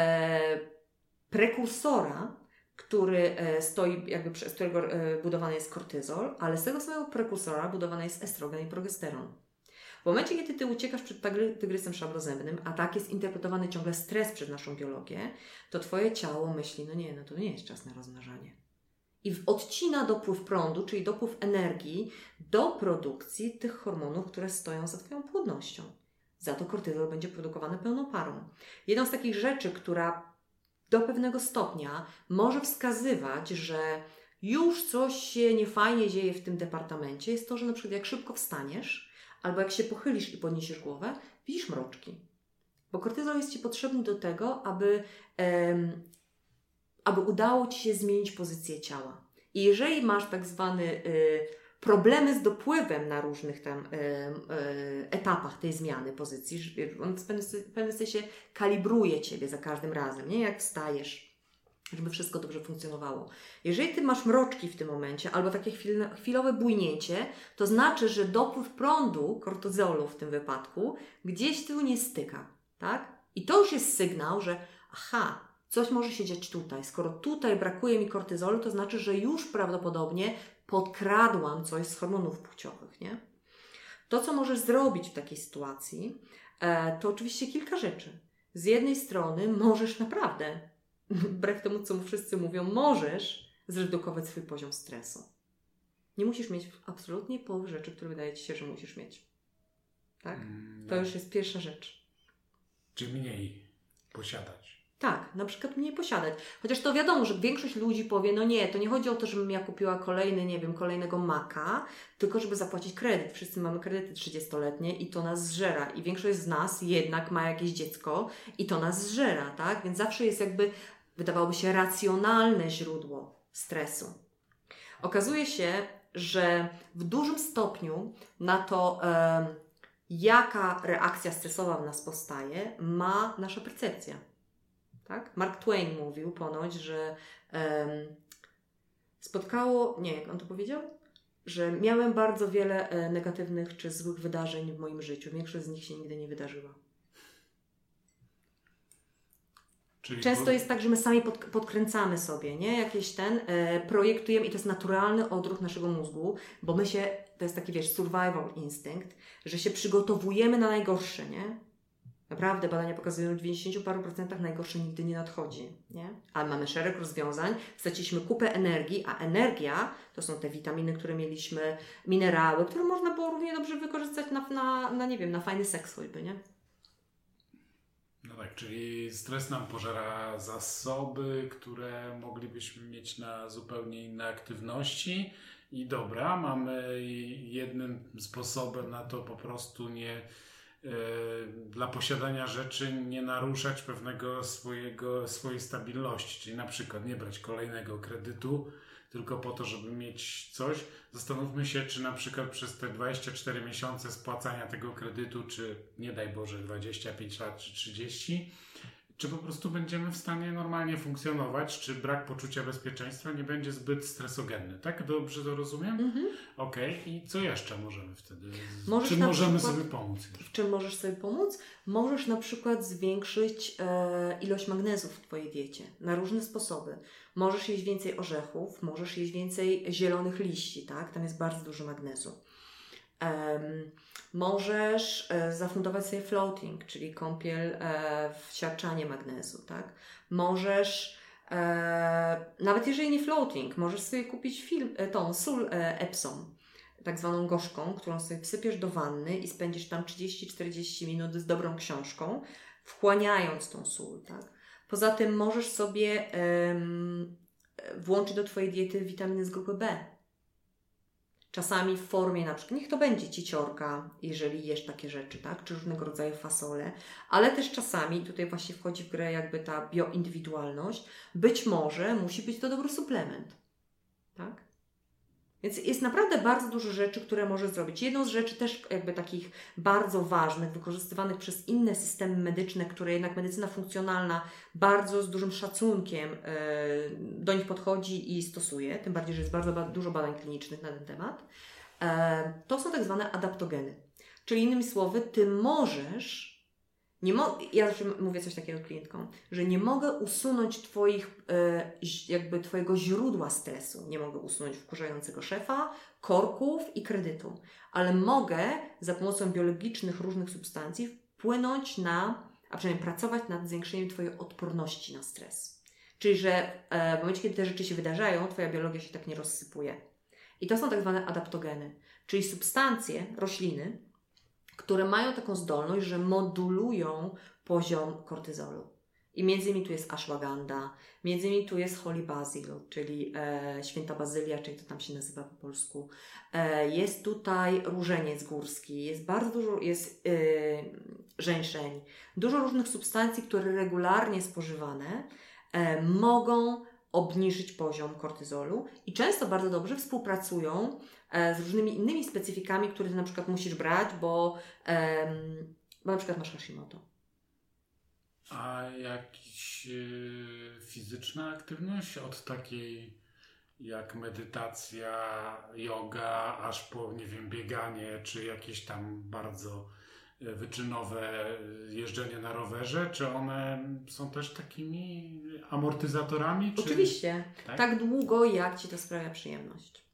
Speaker 3: e, prekursora, który e, stoi, jakby z którego e, budowany jest kortyzol, ale z tego samego prekursora budowany jest estrogen i progesteron. W momencie, kiedy ty uciekasz przed tygrysem szablozębnym, a tak jest interpretowany ciągle stres przez naszą biologię, to twoje ciało myśli, no nie, no to nie jest czas na rozmnażanie. I odcina dopływ prądu, czyli dopływ energii do produkcji tych hormonów, które stoją za twoją płodnością. Za to kortyzol będzie produkowany pełną parą. Jedną z takich rzeczy, która do pewnego stopnia może wskazywać, że już coś się niefajnie dzieje w tym departamencie, jest to, że na przykład jak szybko wstaniesz, albo jak się pochylisz i podniesiesz głowę, widzisz mroczki. Bo kortyzol jest ci potrzebny do tego, aby, em, aby udało ci się zmienić pozycję ciała. I jeżeli masz tak zwane y, problemy z dopływem na różnych tam y, y, etapach tej zmiany pozycji, on w pewnym, w pewnym sensie kalibruje ciebie za każdym razem, nie? Jak wstajesz, żeby wszystko dobrze funkcjonowało. Jeżeli ty masz mroczki w tym momencie, albo takie chwil, chwilowe bujnięcie, to znaczy, że dopływ prądu, kortyzolu w tym wypadku, gdzieś tu nie styka, tak? I to już jest sygnał, że aha, coś może się dziać tutaj. Skoro tutaj brakuje mi kortyzolu, to znaczy, że już prawdopodobnie podkradłam coś z hormonów płciowych, nie? To, co możesz zrobić w takiej sytuacji, e, to oczywiście kilka rzeczy. Z jednej strony możesz naprawdę, wbrew temu, co wszyscy mówią, możesz zredukować swój poziom stresu. Nie musisz mieć absolutnie połowy rzeczy, które wydaje ci się, że musisz mieć. Tak? Mm, to już jest pierwsza rzecz.
Speaker 1: Czy mniej posiadać?
Speaker 3: Tak, na przykład mniej posiadać. Chociaż to wiadomo, że większość ludzi powie, no nie, to nie chodzi o to, żebym ja kupiła kolejny, nie wiem, kolejnego Maca, tylko żeby zapłacić kredyt. Wszyscy mamy kredyty trzydziestoletnie i to nas zżera. I większość z nas jednak ma jakieś dziecko i to nas zżera, tak? Więc zawsze jest jakby, wydawałoby się, racjonalne źródło stresu. Okazuje się, że w dużym stopniu na to, e, jaka reakcja stresowa w nas powstaje, ma nasza percepcja. Tak? Mark Twain mówił ponoć, że um, spotkało, nie, jak on to powiedział? Że miałem bardzo wiele e, negatywnych czy złych wydarzeń w moim życiu. Większość z nich się nigdy nie wydarzyła. Czyli Często pod... jest tak, że my sami pod, podkręcamy sobie, nie? Jakieś ten, e, projektujemy i to jest naturalny odruch naszego mózgu, bo my się, to jest taki, wiesz, survival instinct, że się przygotowujemy na najgorsze, nie? Naprawdę badania pokazują, że w dziewięćdziesięciu paru procentach najgorsze nigdy nie nadchodzi, nie? Ale mamy szereg rozwiązań, straciliśmy kupę energii, a energia to są te witaminy, które mieliśmy, minerały, które można było równie dobrze wykorzystać na, na, na nie wiem, na fajny seks choćby, nie?
Speaker 1: No tak, czyli stres nam pożera zasoby, które moglibyśmy mieć na zupełnie inne aktywności i dobra, mamy jednym sposobem na to po prostu nie... dla posiadania rzeczy nie naruszać pewnego swojego, swojej stabilności, czyli na przykład nie brać kolejnego kredytu tylko po to, żeby mieć coś. Zastanówmy się, czy na przykład przez te dwadzieścia cztery miesiące spłacania tego kredytu, czy nie daj Boże dwadzieścia pięć lat, czy trzydzieści, czy po prostu będziemy w stanie normalnie funkcjonować, czy brak poczucia bezpieczeństwa nie będzie zbyt stresogenny. Tak? Dobrze to rozumiem? Mhm. Okej. Okay. I co jeszcze możemy wtedy?
Speaker 3: Możesz
Speaker 1: czym możemy
Speaker 3: przykład,
Speaker 1: sobie pomóc?
Speaker 3: W czym możesz sobie pomóc? Możesz na przykład zwiększyć e, ilość magnezu w twojej diecie na różne sposoby. Możesz jeść więcej orzechów, możesz jeść więcej zielonych liści, tak? Tam jest bardzo dużo magnezu. Um, możesz e, zafundować sobie floating, czyli kąpiel e, w siarczanie magnezu, tak? Możesz, e, nawet jeżeli nie floating, możesz sobie kupić film, e, tą sól e, Epsom, tak zwaną gorzką, którą sobie wsypiesz do wanny i spędzisz tam trzydzieści czterdzieści minut z dobrą książką, wchłaniając tą sól, tak? Poza tym możesz sobie e, włączyć do twojej diety witaminy z grupy B. Czasami w formie na przykład, niech to będzie ciciorka, jeżeli jesz takie rzeczy, tak? Czy różnego rodzaju fasole, ale też czasami, tutaj właśnie wchodzi w grę jakby ta bioindywidualność, być może musi być to dobry suplement, tak? Więc jest naprawdę bardzo dużo rzeczy, które może zrobić. Jedną z rzeczy też jakby takich bardzo ważnych, wykorzystywanych przez inne systemy medyczne, które jednak medycyna funkcjonalna bardzo z dużym szacunkiem yy, do nich podchodzi i stosuje, tym bardziej, że jest bardzo ba- dużo badań klinicznych na ten temat, yy, to są tak zwane adaptogeny. Czyli innymi słowy, Ty możesz, nie mo- ja zawsze mówię coś takiego klientkom, że nie mogę usunąć twoich, e, jakby Twojego źródła stresu. Nie mogę usunąć wkurzającego szefa, korków i kredytu. Ale mogę za pomocą biologicznych różnych substancji wpłynąć na, a przynajmniej pracować nad zwiększeniem Twojej odporności na stres. Czyli, że e, w momencie, kiedy te rzeczy się wydarzają, Twoja biologia się tak nie rozsypuje. I to są tak zwane adaptogeny. Czyli substancje, rośliny, które mają taką zdolność, że modulują poziom kortyzolu. I między innymi tu jest ashwagandha, między innymi tu jest holy basil, czyli e, święta bazylia, czy jak to tam się nazywa po polsku. E, jest tutaj różeniec górski, jest bardzo dużo, jest e, żeńszeń. Dużo różnych substancji, które regularnie spożywane e, mogą obniżyć poziom kortyzolu i często bardzo dobrze współpracują z różnymi innymi specyfikami, które Ty na przykład musisz brać, bo, um, bo na przykład masz Hashimoto.
Speaker 1: A jakaś yy, fizyczna aktywność od takiej jak medytacja, yoga, aż po, nie wiem, bieganie, czy jakieś tam bardzo wyczynowe jeżdżenie na rowerze, czy one są też takimi amortyzatorami? Czy...
Speaker 3: Oczywiście. Tak? tak długo, jak Ci to sprawia przyjemność.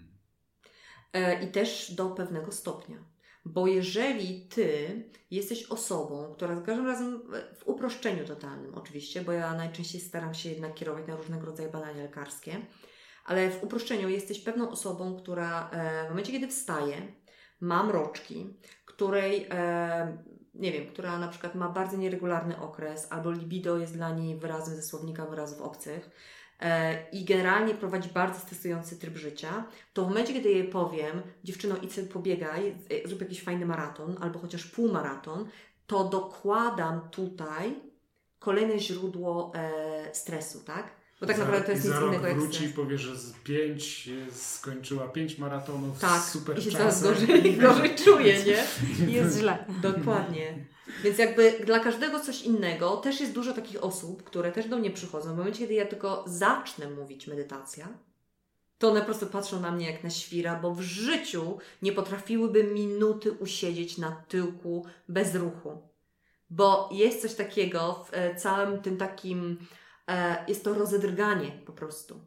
Speaker 3: I też do pewnego stopnia. Bo jeżeli Ty jesteś osobą, która za każdym razem, w uproszczeniu totalnym oczywiście, bo ja najczęściej staram się jednak kierować na różnego rodzaju badania lekarskie, ale w uproszczeniu jesteś pewną osobą, która w momencie, kiedy wstaje, ma mroczki, której, nie wiem, która na przykład ma bardzo nieregularny okres, albo libido jest dla niej wyrazem ze słownika wyrazów obcych, i generalnie prowadzi bardzo stresujący tryb życia, to w momencie, kiedy jej powiem, dziewczyno, idź sobie pobiegaj, zrób jakiś fajny maraton, albo chociaż półmaraton, to dokładam tutaj kolejne źródło e, stresu, tak? Bo tak
Speaker 1: za,
Speaker 3: naprawdę to jest nic innego jak
Speaker 1: wróci
Speaker 3: stres.
Speaker 1: I powie, że z pięć skończyła pięć maratonów
Speaker 3: tak,
Speaker 1: z super
Speaker 3: i się
Speaker 1: czasem.
Speaker 3: coraz gorzej, gorzej czuje, nie?
Speaker 2: I jest źle.
Speaker 3: Dokładnie. Więc jakby dla każdego coś innego. Też jest dużo takich osób, które też do mnie przychodzą. W momencie, kiedy ja tylko zacznę mówić medytacja, to one po prostu patrzą na mnie jak na świra, bo w życiu nie potrafiłyby minuty usiedzieć na tyłku bez ruchu. Bo jest coś takiego w całym tym takim, e, jest to rozedrganie po prostu.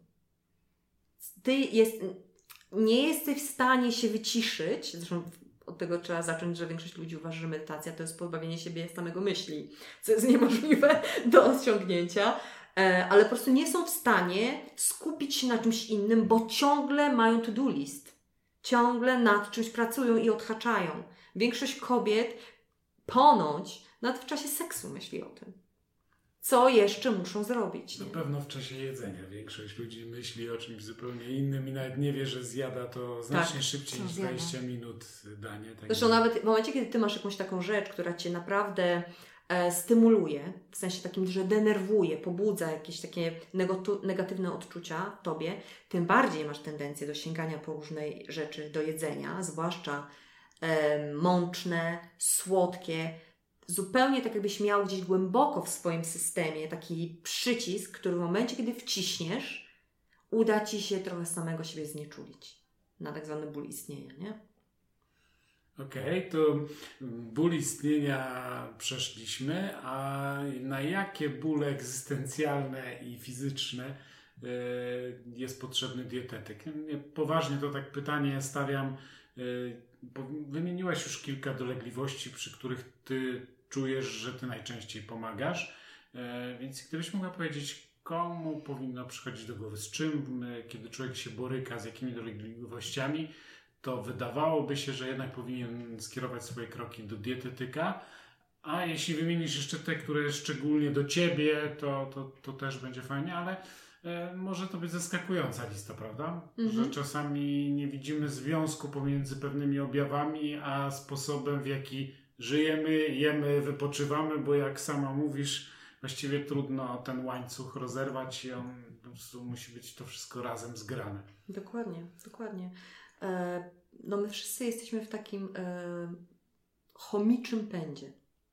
Speaker 3: Ty jest, nie jesteś w stanie się wyciszyć, zresztą od tego trzeba zacząć, że większość ludzi uważa, że medytacja to jest pozbawienie siebie samego myśli, co jest niemożliwe do osiągnięcia, ale po prostu nie są w stanie skupić się na czymś innym, bo ciągle mają to-do list. Ciągle nad czymś pracują i odhaczają. Większość kobiet ponoć nawet w czasie seksu myśli o tym. Co jeszcze muszą zrobić? Nie?
Speaker 1: Na pewno w czasie jedzenia większość ludzi myśli o czymś zupełnie innym i nawet nie wie, że zjada to znacznie tak, szybciej niż dwadzieścia minut danie. Tak.
Speaker 3: Zresztą nawet w momencie, kiedy Ty masz jakąś taką rzecz, która Cię naprawdę e, stymuluje, w sensie takim, że denerwuje, pobudza jakieś takie negatu- negatywne odczucia w Tobie, tym bardziej masz tendencję do sięgania po różnej rzeczy do jedzenia, zwłaszcza e, mączne, słodkie, zupełnie tak jakbyś miał gdzieś głęboko w swoim systemie taki przycisk, który w momencie, kiedy wciśniesz, uda Ci się trochę samego siebie znieczulić. Na tak zwany ból istnienia, nie?
Speaker 1: Okej, okay, to ból istnienia przeszliśmy, a na jakie bóle egzystencjalne i fizyczne jest potrzebny dietetyk? Poważnie to tak pytanie stawiam. Wymieniłaś już kilka dolegliwości, przy których Ty czujesz, że Ty najczęściej pomagasz, więc gdybyś mogła powiedzieć, komu powinno przychodzić do głowy, z czym, kiedy człowiek się boryka, z jakimi dolegliwościami, to wydawałoby się, że jednak powinien skierować swoje kroki do dietetyka, A jeśli wymienisz jeszcze te, które szczególnie do ciebie, to, to, to też będzie fajnie, ale e, może to być zaskakująca lista, prawda?
Speaker 3: Mhm.
Speaker 1: Że czasami nie widzimy związku pomiędzy pewnymi objawami, a sposobem, w jaki żyjemy, jemy, wypoczywamy, bo jak sama mówisz, właściwie trudno ten łańcuch rozerwać i on po prostu musi być to wszystko razem zgrane.
Speaker 3: Dokładnie, dokładnie. E, no my wszyscy jesteśmy w takim e, chomiczym pędzie.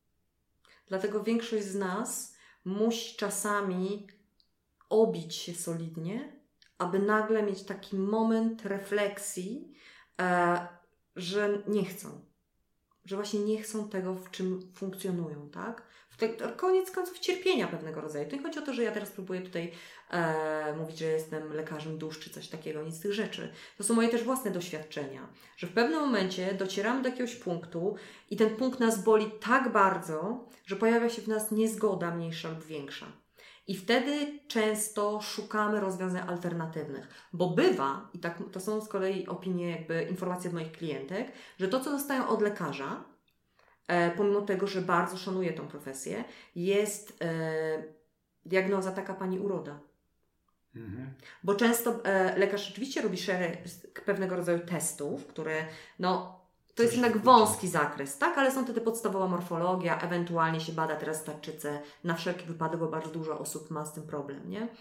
Speaker 3: Dlatego większość z nas musi czasami obić się solidnie, aby nagle mieć taki moment refleksji, e, że nie chcą. Że właśnie nie chcą tego, w czym funkcjonują, tak? W te, koniec końców cierpienia pewnego rodzaju. To nie chodzi o to, że ja teraz próbuję tutaj e, mówić, że jestem lekarzem dusz czy coś takiego, nic z tych rzeczy. To są moje też własne doświadczenia, że w pewnym momencie docieramy do jakiegoś punktu i ten punkt nas boli tak bardzo, że pojawia się w nas niezgoda mniejsza lub większa. I wtedy często szukamy rozwiązań alternatywnych, bo bywa, i tak to są z kolei opinie, jakby informacje od moich klientek, że to, co dostają od lekarza, e, pomimo tego, że bardzo szanuję tą profesję, jest e, diagnoza taka pani uroda. Mhm. Bo często e, lekarz oczywiście robi szereg pewnego rodzaju testów, które no to jest jednak wąski zakres, tak? Ale są wtedy podstawowa morfologia, ewentualnie się bada teraz tarczycę na wszelki wypadek, bo bardzo dużo osób ma z tym problem, nie?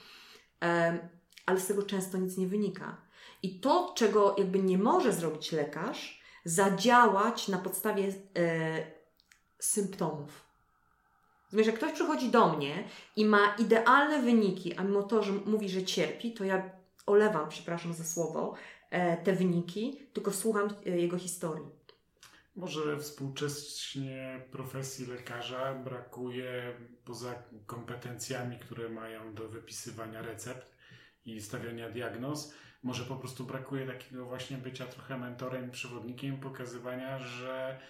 Speaker 3: E, ale z tego często nic nie wynika. I to, czego jakby nie może zrobić lekarz, zadziałać na podstawie e, symptomów. Rozumiesz, jak ktoś przychodzi do mnie i ma idealne wyniki, a mimo to, że mówi, że cierpi, to ja olewam, przepraszam za słowo, e, te wyniki, tylko słucham e, jego historii.
Speaker 1: Może współcześnie profesji lekarza brakuje, poza kompetencjami, które mają do wypisywania recept i stawiania diagnoz, może po prostu brakuje takiego właśnie bycia trochę mentorem i przewodnikiem, pokazywania, że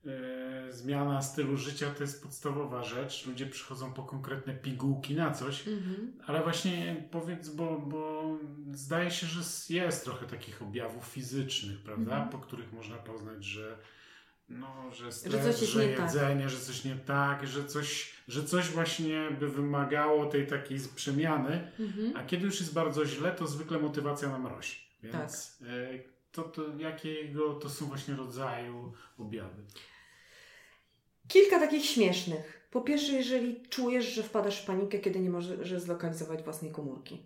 Speaker 1: y, zmiana stylu życia to jest podstawowa rzecz. Ludzie przychodzą po konkretne pigułki na coś, mhm. ale właśnie powiedz, bo, bo zdaje się, że jest trochę takich objawów fizycznych, prawda, mhm. po których można poznać, że no, że stres, że, coś że jedzenie, tak. że coś nie tak, że coś, że coś właśnie by wymagało tej takiej przemiany, mhm. a kiedy już jest bardzo źle, to zwykle motywacja nam rośnie. Więc tak. to, to jakiego to są właśnie rodzaju objawy?
Speaker 3: Kilka takich śmiesznych. Po pierwsze, jeżeli czujesz, że wpadasz w panikę, kiedy nie możesz zlokalizować własnej komórki.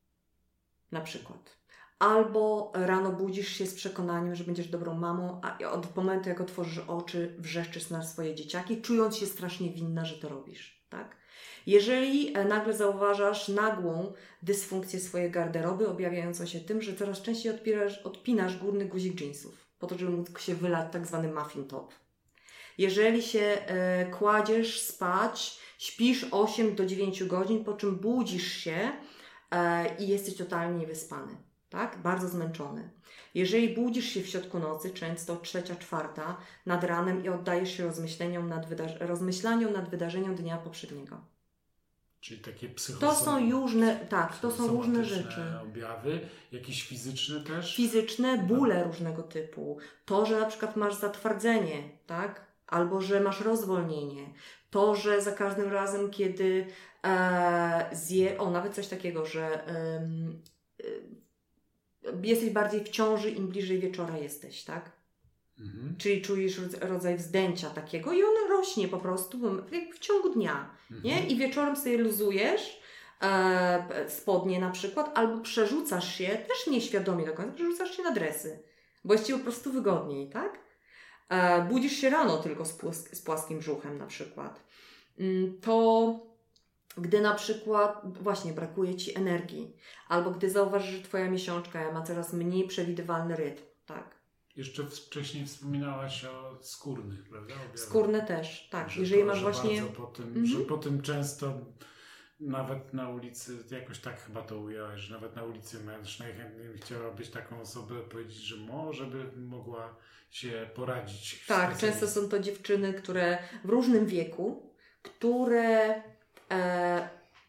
Speaker 3: Na przykład. Albo rano budzisz się z przekonaniem, że będziesz dobrą mamą, a od momentu, jak otworzysz oczy, wrzeszczysz na swoje dzieciaki, czując się strasznie winna, że to robisz, tak? Jeżeli nagle zauważasz nagłą dysfunkcję swojej garderoby, objawiającą się tym, że coraz częściej odpinasz, odpinasz górny guzik dżinsów, po to, żeby móc się wylać tak zwany muffin top. Jeżeli się e, kładziesz spać, śpisz osiem do dziewięciu godzin, po czym budzisz się e, i jesteś totalnie niewyspany. Tak? Bardzo zmęczony. Jeżeli budzisz się w środku nocy, często trzecia, czwarta, nad ranem i oddajesz się rozmyśleniom nad, wydaż- rozmyślaniom nad wydarzeniem dnia poprzedniego.
Speaker 1: Czyli takie psycho-
Speaker 3: To są różne, tak, to są różne rzeczy.
Speaker 1: Objawy, jakieś fizyczne też?
Speaker 3: Fizyczne, bóle no. różnego typu. To, że na przykład masz zatwardzenie, tak? Albo że masz rozwolnienie. To, że za każdym razem, kiedy e, zje... O, nawet coś takiego, że... E, e, jesteś bardziej w ciąży, im bliżej wieczora jesteś, tak? Mhm. Czyli czujesz rodzaj wzdęcia takiego i on rośnie po prostu w ciągu dnia, mhm. nie? I wieczorem sobie luzujesz e, spodnie na przykład, albo przerzucasz się, też nieświadomie do końca, przerzucasz się na dresy, bo jest Ci po prostu wygodniej, tak? E, budzisz się rano tylko z, płas- z płaskim brzuchem na przykład. To... Gdy na przykład właśnie brakuje Ci energii, albo gdy zauważysz, że Twoja miesiączka ma coraz mniej przewidywalny rytm, tak?
Speaker 1: Jeszcze wcześniej wspominałaś o skórnych, prawda? Objawach.
Speaker 3: Skórne też, tak.
Speaker 1: Że
Speaker 3: Jeżeli
Speaker 1: to,
Speaker 3: masz
Speaker 1: że
Speaker 3: właśnie...
Speaker 1: Bardzo po tym, mm-hmm. Że po tym często nawet na ulicy, jakoś tak chyba to ujęłaś, że nawet na ulicy męż najchętniej chciała być taką osobę, powiedzieć, że może by mogła się poradzić.
Speaker 3: Tak, często są to dziewczyny, które w różnym wieku, które... E,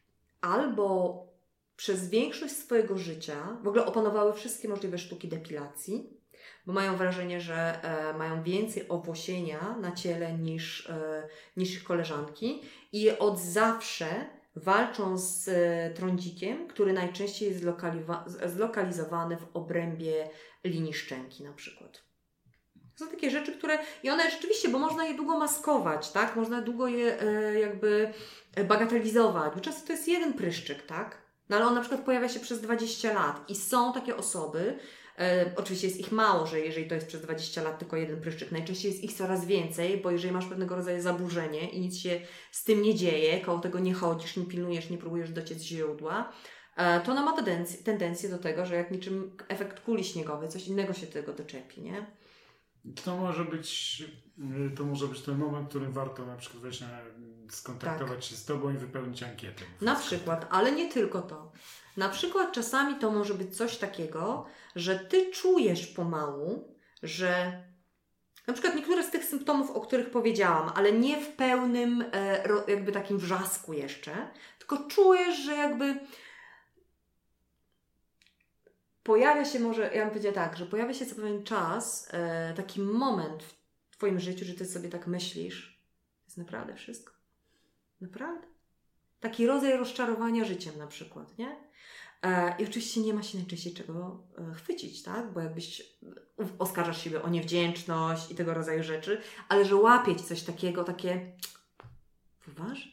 Speaker 3: albo przez większość swojego życia w ogóle opanowały wszystkie możliwe sztuki depilacji, bo mają wrażenie, że e, mają więcej owłosienia na ciele niż, e, niż ich koleżanki i od zawsze walczą z e, trądzikiem, który najczęściej jest zlokaliwa- zlokalizowany w obrębie linii szczęki na przykład. To są takie rzeczy, które... I one rzeczywiście, bo można je długo maskować, tak? Można długo je e, jakby bagatelizować, bo często to jest jeden pryszczyk, tak? No ale on na przykład pojawia się przez dwadzieścia lat i są takie osoby, e, oczywiście jest ich mało, że jeżeli to jest przez dwadzieścia lat tylko jeden pryszczyk, najczęściej jest ich coraz więcej, bo jeżeli masz pewnego rodzaju zaburzenie i nic się z tym nie dzieje, koło tego nie chodzisz, nie pilnujesz, nie próbujesz dociec źródła, e, to ona ma tendencję, tendencję do tego, że jak niczym efekt kuli śniegowej, coś innego się tego doczepi, nie?
Speaker 1: To może być, to może być ten moment, w którym warto na przykład wejść na, skontaktować tak. się z Tobą i wypełnić ankietę.
Speaker 3: Na przykład, ale nie tylko to. Na przykład czasami to może być coś takiego, że Ty czujesz pomału, że na przykład niektóre z tych symptomów, o których powiedziałam, ale nie w pełnym e, jakby takim wrzasku jeszcze, tylko czujesz, że jakby pojawia się może, ja bym powiedziała tak, że pojawia się co pewien czas e, taki moment w Twoim życiu, że Ty sobie tak myślisz, to jest naprawdę wszystko. Naprawdę? Taki rodzaj rozczarowania życiem na przykład, nie? E, I oczywiście nie ma się najczęściej czego e, chwycić, tak? Bo jakbyś oskarżasz siebie o niewdzięczność i tego rodzaju rzeczy, ale że łapie Ci coś takiego, takie poważnie?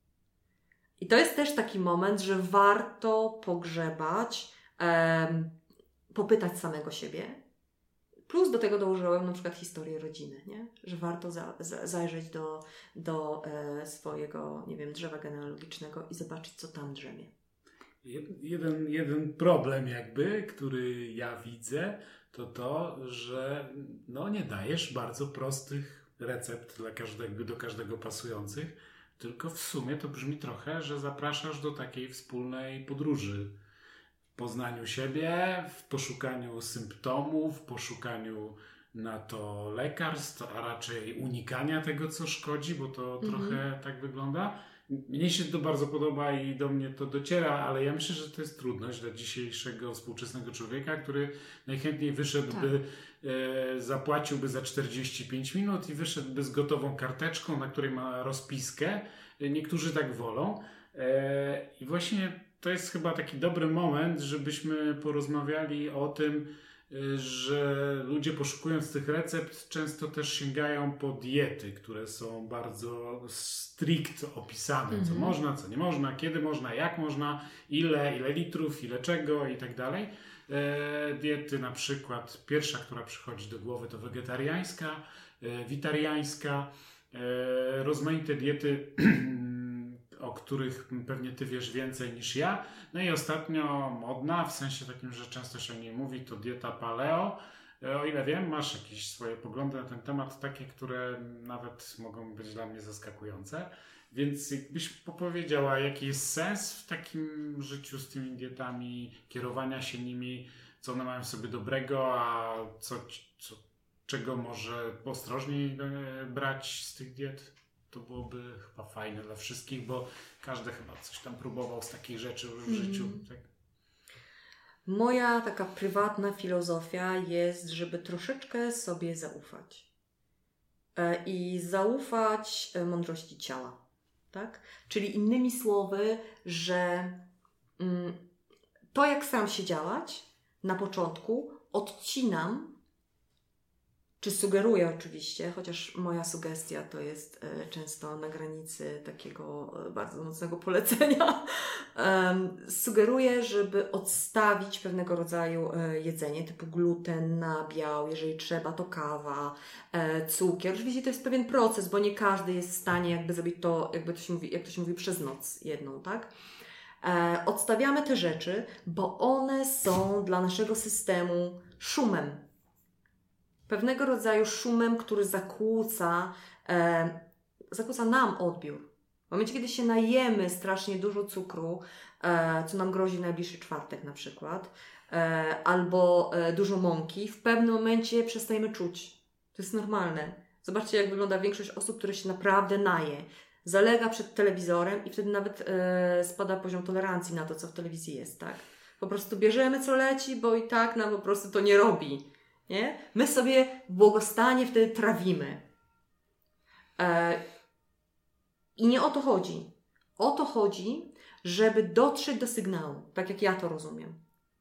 Speaker 3: I to jest też taki moment, że warto pogrzebać, e, popytać samego siebie. Plus do tego dołożyłem na przykład historię rodziny, nie? Że warto za, za, zajrzeć do, do e, swojego, nie wiem, drzewa genealogicznego i zobaczyć, co tam drzemie.
Speaker 1: Jeden, jeden problem jakby, który ja widzę, to to, że no, nie dajesz bardzo prostych recept dla każdego, do każdego pasujących, tylko w sumie to brzmi trochę, że zapraszasz do takiej wspólnej podróży. W poznaniu siebie, w poszukaniu symptomów, w poszukaniu na to lekarstw, a raczej unikania tego, co szkodzi, bo to mhm. trochę tak wygląda. Mnie się to bardzo podoba i do mnie to dociera, ale ja myślę, że to jest trudność dla dzisiejszego współczesnego człowieka, który najchętniej wyszedłby, tak. e, zapłaciłby za czterdzieści pięć minut i wyszedłby z gotową karteczką, na której ma rozpiskę. Niektórzy tak wolą. E, I właśnie to jest chyba taki dobry moment, żebyśmy porozmawiali o tym, że ludzie poszukując tych recept często też sięgają po diety, które są bardzo strict opisane, mm-hmm. co można, co nie można, kiedy można, jak można, ile, ile litrów, ile czego i tak dalej. E, diety na przykład, pierwsza, która przychodzi do głowy, to wegetariańska, e, witariańska, e, rozmaite diety o których pewnie Ty wiesz więcej niż ja. No i ostatnio modna, w sensie takim, że często się o niej mówi, to dieta paleo. O ile wiem, masz jakieś swoje poglądy na ten temat, takie, które nawet mogą być dla mnie zaskakujące. Więc jakbyś powiedziała, jaki jest sens w takim życiu z tymi dietami, kierowania się nimi, co one mają w sobie dobrego, a co, co, czego może ostrożniej brać z tych diet? To byłoby chyba fajne dla wszystkich, bo każdy chyba coś tam próbował z takich rzeczy w mm. życiu. Tak?
Speaker 3: Moja taka prywatna filozofia jest, żeby troszeczkę sobie zaufać. E, I zaufać mądrości ciała. Tak? Czyli innymi słowy, że mm, to jak staram się działać na początku, odcinam, czy sugeruję oczywiście, chociaż moja sugestia to jest e, często na granicy takiego e, bardzo mocnego polecenia. E, sugeruję, żeby odstawić pewnego rodzaju e, jedzenie typu gluten, nabiał, jeżeli trzeba, to kawa, e, cukier. Oczywiście to jest pewien proces, bo nie każdy jest w stanie jakby zrobić to, jakby to się mówi, jak to się mówi, przez noc jedną, tak? E, odstawiamy te rzeczy, bo one są dla naszego systemu szumem. Pewnego rodzaju szumem, który zakłóca, e, zakłóca nam odbiór. W momencie, kiedy się najemy strasznie dużo cukru, e, co nam grozi najbliższy czwartek na przykład, e, albo e, dużo mąki, w pewnym momencie przestajemy czuć. To jest normalne. Zobaczcie, jak wygląda większość osób, które się naprawdę naje. Zalega przed telewizorem i wtedy nawet e, spada poziom tolerancji na to, co w telewizji jest, tak? Po prostu bierzemy, co leci, bo i tak nam po prostu to nie robi. Nie? My sobie w błogostanie wtedy trawimy. E, I nie o to chodzi. O to chodzi, żeby dotrzeć do sygnału, tak jak ja to rozumiem.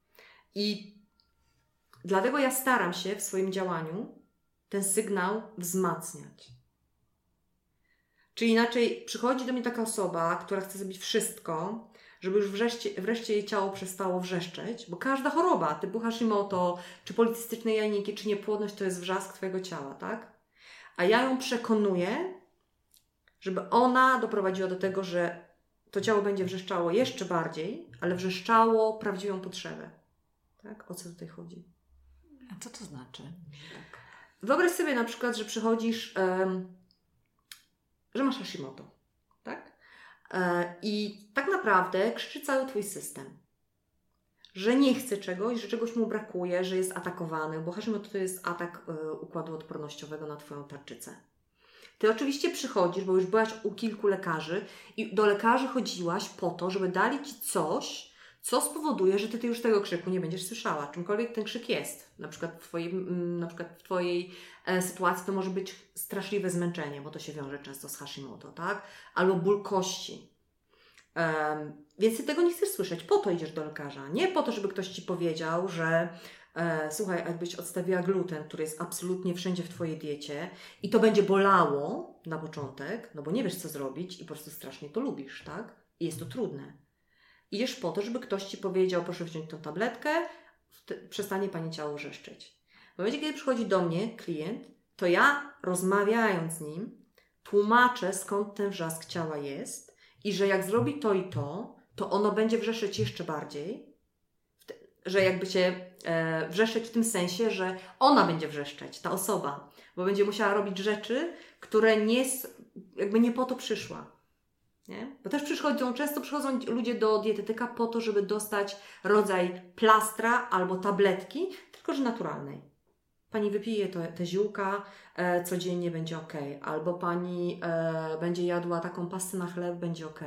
Speaker 3: I dlatego ja staram się w swoim działaniu ten sygnał wzmacniać. Czyli inaczej przychodzi do mnie taka osoba, która chce zrobić wszystko, żeby już wreszcie, wreszcie jej ciało przestało wrzeszczeć, bo każda choroba, typu Hashimoto, czy policystyczne jajniki, czy niepłodność, to jest wrzask Twojego ciała, tak? A ja ją przekonuję, żeby ona doprowadziła do tego, że to ciało będzie wrzeszczało jeszcze bardziej, ale wrzeszczało prawdziwą potrzebę. Tak? O co tutaj chodzi?
Speaker 2: A co to znaczy? Tak.
Speaker 3: Wyobraź sobie na przykład, że przychodzisz, um, że masz Hashimoto, tak? E, I tak naprawdę krzyczy cały Twój system. Że nie chce czegoś, że czegoś mu brakuje, że jest atakowany, bo Hashimoto to jest atak e, układu odpornościowego na Twoją tarczycę. Ty oczywiście przychodzisz, bo już byłaś u kilku lekarzy i do lekarzy chodziłaś po to, żeby dali Ci coś, co spowoduje, że Ty, ty już tego krzyku nie będziesz słyszała. Czymkolwiek ten krzyk jest. Na przykład w Twojej, na przykład w twojej e, sytuacji to może być straszliwe zmęczenie, bo to się wiąże często z Hashimoto, tak? Albo ból kości. Um, więc Ty tego nie chcesz słyszeć. Po to idziesz do lekarza. Nie po to, żeby ktoś Ci powiedział, że e, słuchaj, jakbyś odstawiła gluten, który jest absolutnie wszędzie w Twojej diecie i to będzie bolało na początek, no bo nie wiesz co zrobić i po prostu strasznie to lubisz, tak? I jest to trudne. Idziesz po to, żeby ktoś Ci powiedział, proszę wziąć tą tabletkę, przestanie Pani ciało wrzeszczeć. W momencie, kiedy przychodzi do mnie klient, to ja rozmawiając z nim tłumaczę, skąd ten wrzask ciała jest i że jak zrobi to i to, to ono będzie wrzeszczeć jeszcze bardziej, że jakby się e, wrzeszczeć w tym sensie, że ona będzie wrzeszczeć, ta osoba, bo będzie musiała robić rzeczy, które nie, jakby nie po to przyszła. Nie? Bo też przychodzą, często przychodzą ludzie do dietetyka po to, żeby dostać rodzaj plastra albo tabletki, tylko że naturalnej. Pani wypije to, te ziółka, e, codziennie będzie ok. Albo pani e, będzie jadła taką pastę na chleb, będzie ok.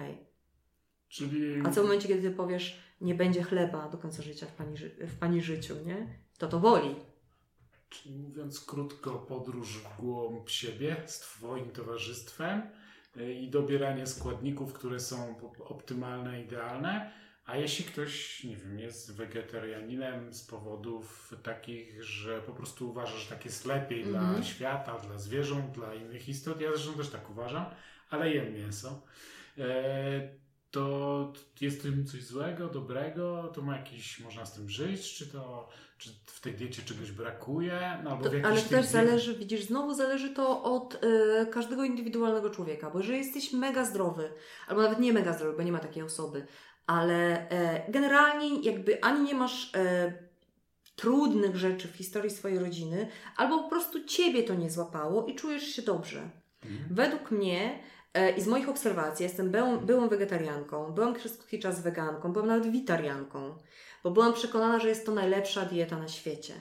Speaker 1: Czyli...
Speaker 3: A co w momencie, kiedy Ty powiesz, nie będzie chleba do końca życia w pani, ży- w pani życiu, nie? To to boli.
Speaker 1: Czyli mówiąc krótko, podróż w głąb siebie z Twoim towarzystwem i dobieranie składników, które są optymalne, idealne. A jeśli ktoś, nie wiem, jest wegetarianinem z powodów takich, że po prostu uważa, że tak jest lepiej mm-hmm. dla świata, dla zwierząt, dla innych istot, ja zresztą też tak uważam, ale jem mięso, e, to jest w tym coś złego, dobrego, to ma jakiś, można z tym żyć, czy to czy w tej diecie czegoś brakuje? No, albo
Speaker 3: to,
Speaker 1: w
Speaker 3: ale to też
Speaker 1: die...
Speaker 3: zależy, widzisz, znowu zależy to od y, każdego indywidualnego człowieka, bo jeżeli jesteś mega zdrowy, albo nawet nie mega zdrowy, bo nie ma takiej osoby, ale e, generalnie jakby ani nie masz e, trudnych rzeczy w historii swojej rodziny, albo po prostu Ciebie to nie złapało i czujesz się dobrze. Mhm. Według mnie e, i z moich obserwacji, jestem byłą, byłą wegetarianką, byłam przez krótki czas weganką, byłam nawet witarianką, bo byłam przekonana, że jest to najlepsza dieta na świecie.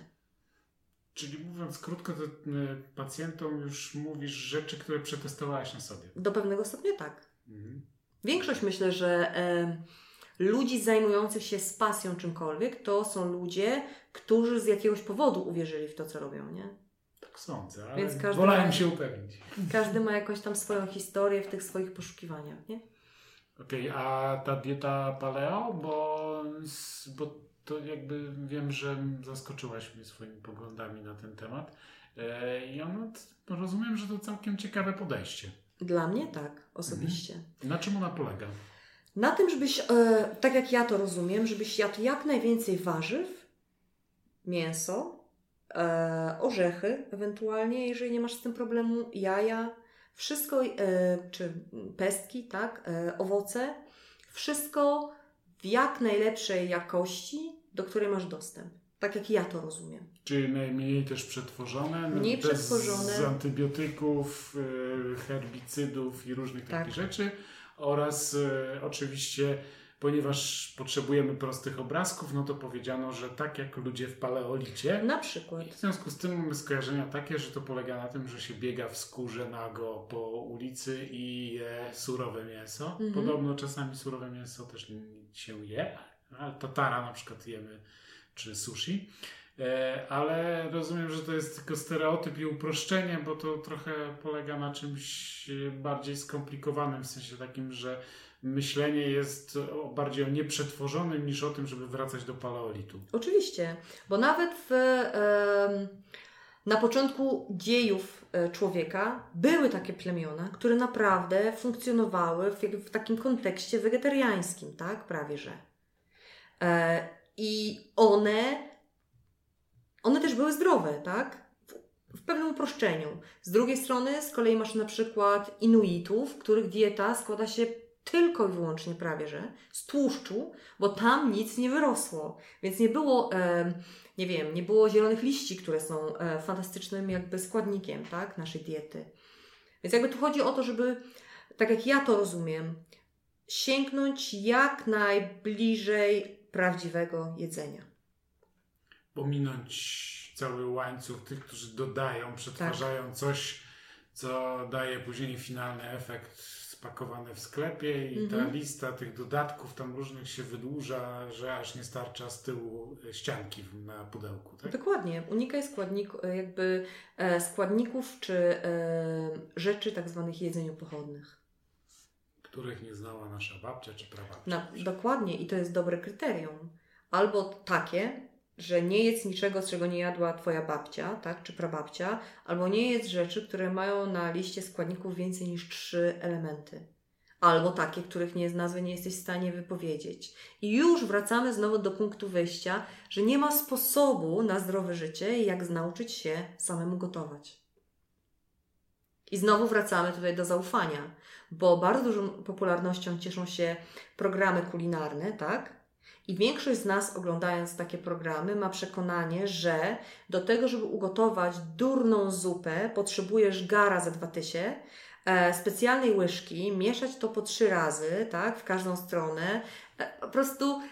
Speaker 1: Czyli mówiąc krótko, to y, pacjentom już mówisz rzeczy, które przetestowałaś na sobie.
Speaker 3: Do pewnego stopnia tak.
Speaker 1: Mhm.
Speaker 3: Większość myślę, że e, ludzi zajmujących się z pasją czymkolwiek, to są ludzie, którzy z jakiegoś powodu uwierzyli w to, co robią, nie?
Speaker 1: Tak sądzę, ale
Speaker 3: Więc każdy
Speaker 1: wolałem
Speaker 3: ma,
Speaker 1: się upewnić.
Speaker 3: Każdy ma jakąś tam swoją historię w tych swoich poszukiwaniach, nie?
Speaker 1: Okej, okay, a ta dieta paleo, bo, bo to jakby wiem, że zaskoczyłaś mnie swoimi poglądami na ten temat e, i ono, rozumiem, że to całkiem ciekawe podejście.
Speaker 3: Dla mnie tak, osobiście.
Speaker 1: Mhm. Na czym ona polega?
Speaker 3: Na tym, żebyś, e, tak jak ja to rozumiem, żebyś jadł jak najwięcej warzyw, mięso, e, orzechy ewentualnie, jeżeli nie masz z tym problemu, jaja, wszystko, e, czy pestki, tak, e, owoce, wszystko w jak najlepszej jakości, do której masz dostęp. Tak jak ja to rozumiem.
Speaker 1: Czyli najmniej też przetworzone,
Speaker 3: mniej
Speaker 1: bez
Speaker 3: przetworzone.
Speaker 1: Z antybiotyków, herbicydów i różnych
Speaker 3: tak.
Speaker 1: takich rzeczy. Oraz e, oczywiście, ponieważ potrzebujemy prostych obrazków, no to powiedziano, że tak jak ludzie w paleolicie.
Speaker 3: Na przykład.
Speaker 1: I w związku z tym mamy skojarzenia takie, że to polega na tym, że się biega w skórze nago po ulicy i je surowe mięso. Mhm. Podobno czasami surowe mięso też się je, ale tatara na przykład jemy, czy sushi. Ale rozumiem, że to jest tylko stereotyp i uproszczenie, bo to trochę polega na czymś bardziej skomplikowanym, w sensie takim, że myślenie jest bardziej o nieprzetworzonym niż o tym, żeby wracać do paleolitu.
Speaker 3: Oczywiście, bo nawet w, na początku dziejów człowieka były takie plemiona, które naprawdę funkcjonowały w, w takim kontekście wegetariańskim, tak? Prawie że. I one One też były zdrowe, tak? W, w pewnym uproszczeniu. Z drugiej strony z kolei masz na przykład Inuitów, których dieta składa się tylko i wyłącznie prawie że z tłuszczu, bo tam nic nie wyrosło. Więc nie było, e, nie wiem, nie było zielonych liści, które są e, fantastycznym jakby składnikiem, tak? Naszej diety. Więc jakby tu chodzi o to, żeby, tak jak ja to rozumiem, sięgnąć jak najbliżej prawdziwego jedzenia.
Speaker 1: Pominąć cały łańcuch tych, którzy dodają, przetwarzają tak. coś, co daje później finalny efekt spakowany w sklepie i mm-hmm. ta lista tych dodatków tam różnych się wydłuża, że aż nie starcza z tyłu ścianki na pudełku. Tak?
Speaker 3: Dokładnie. Unikaj składnik, jakby e, składników czy e, rzeczy tak zwanych jedzeniopochodnych.
Speaker 1: Których nie znała nasza babcia czy prababcia.
Speaker 3: Na, dokładnie i to jest dobre kryterium. Albo takie, że nie jedz niczego, z czego nie jadła Twoja babcia, tak, czy prababcia, albo nie jedz rzeczy, które mają na liście składników więcej niż trzy elementy. Albo takie, których nie z nazwy nie jesteś w stanie wypowiedzieć. I już wracamy znowu do punktu wyjścia, że nie ma sposobu na zdrowe życie, jak nauczyć się samemu gotować. I znowu wracamy tutaj do zaufania, bo bardzo dużą popularnością cieszą się programy kulinarne, tak? I większość z nas, oglądając takie programy, ma przekonanie, że do tego, żeby ugotować durną zupę, potrzebujesz gara za dwa tysie, e, specjalnej łyżki, mieszać to po trzy razy, tak, w każdą stronę. E, po prostu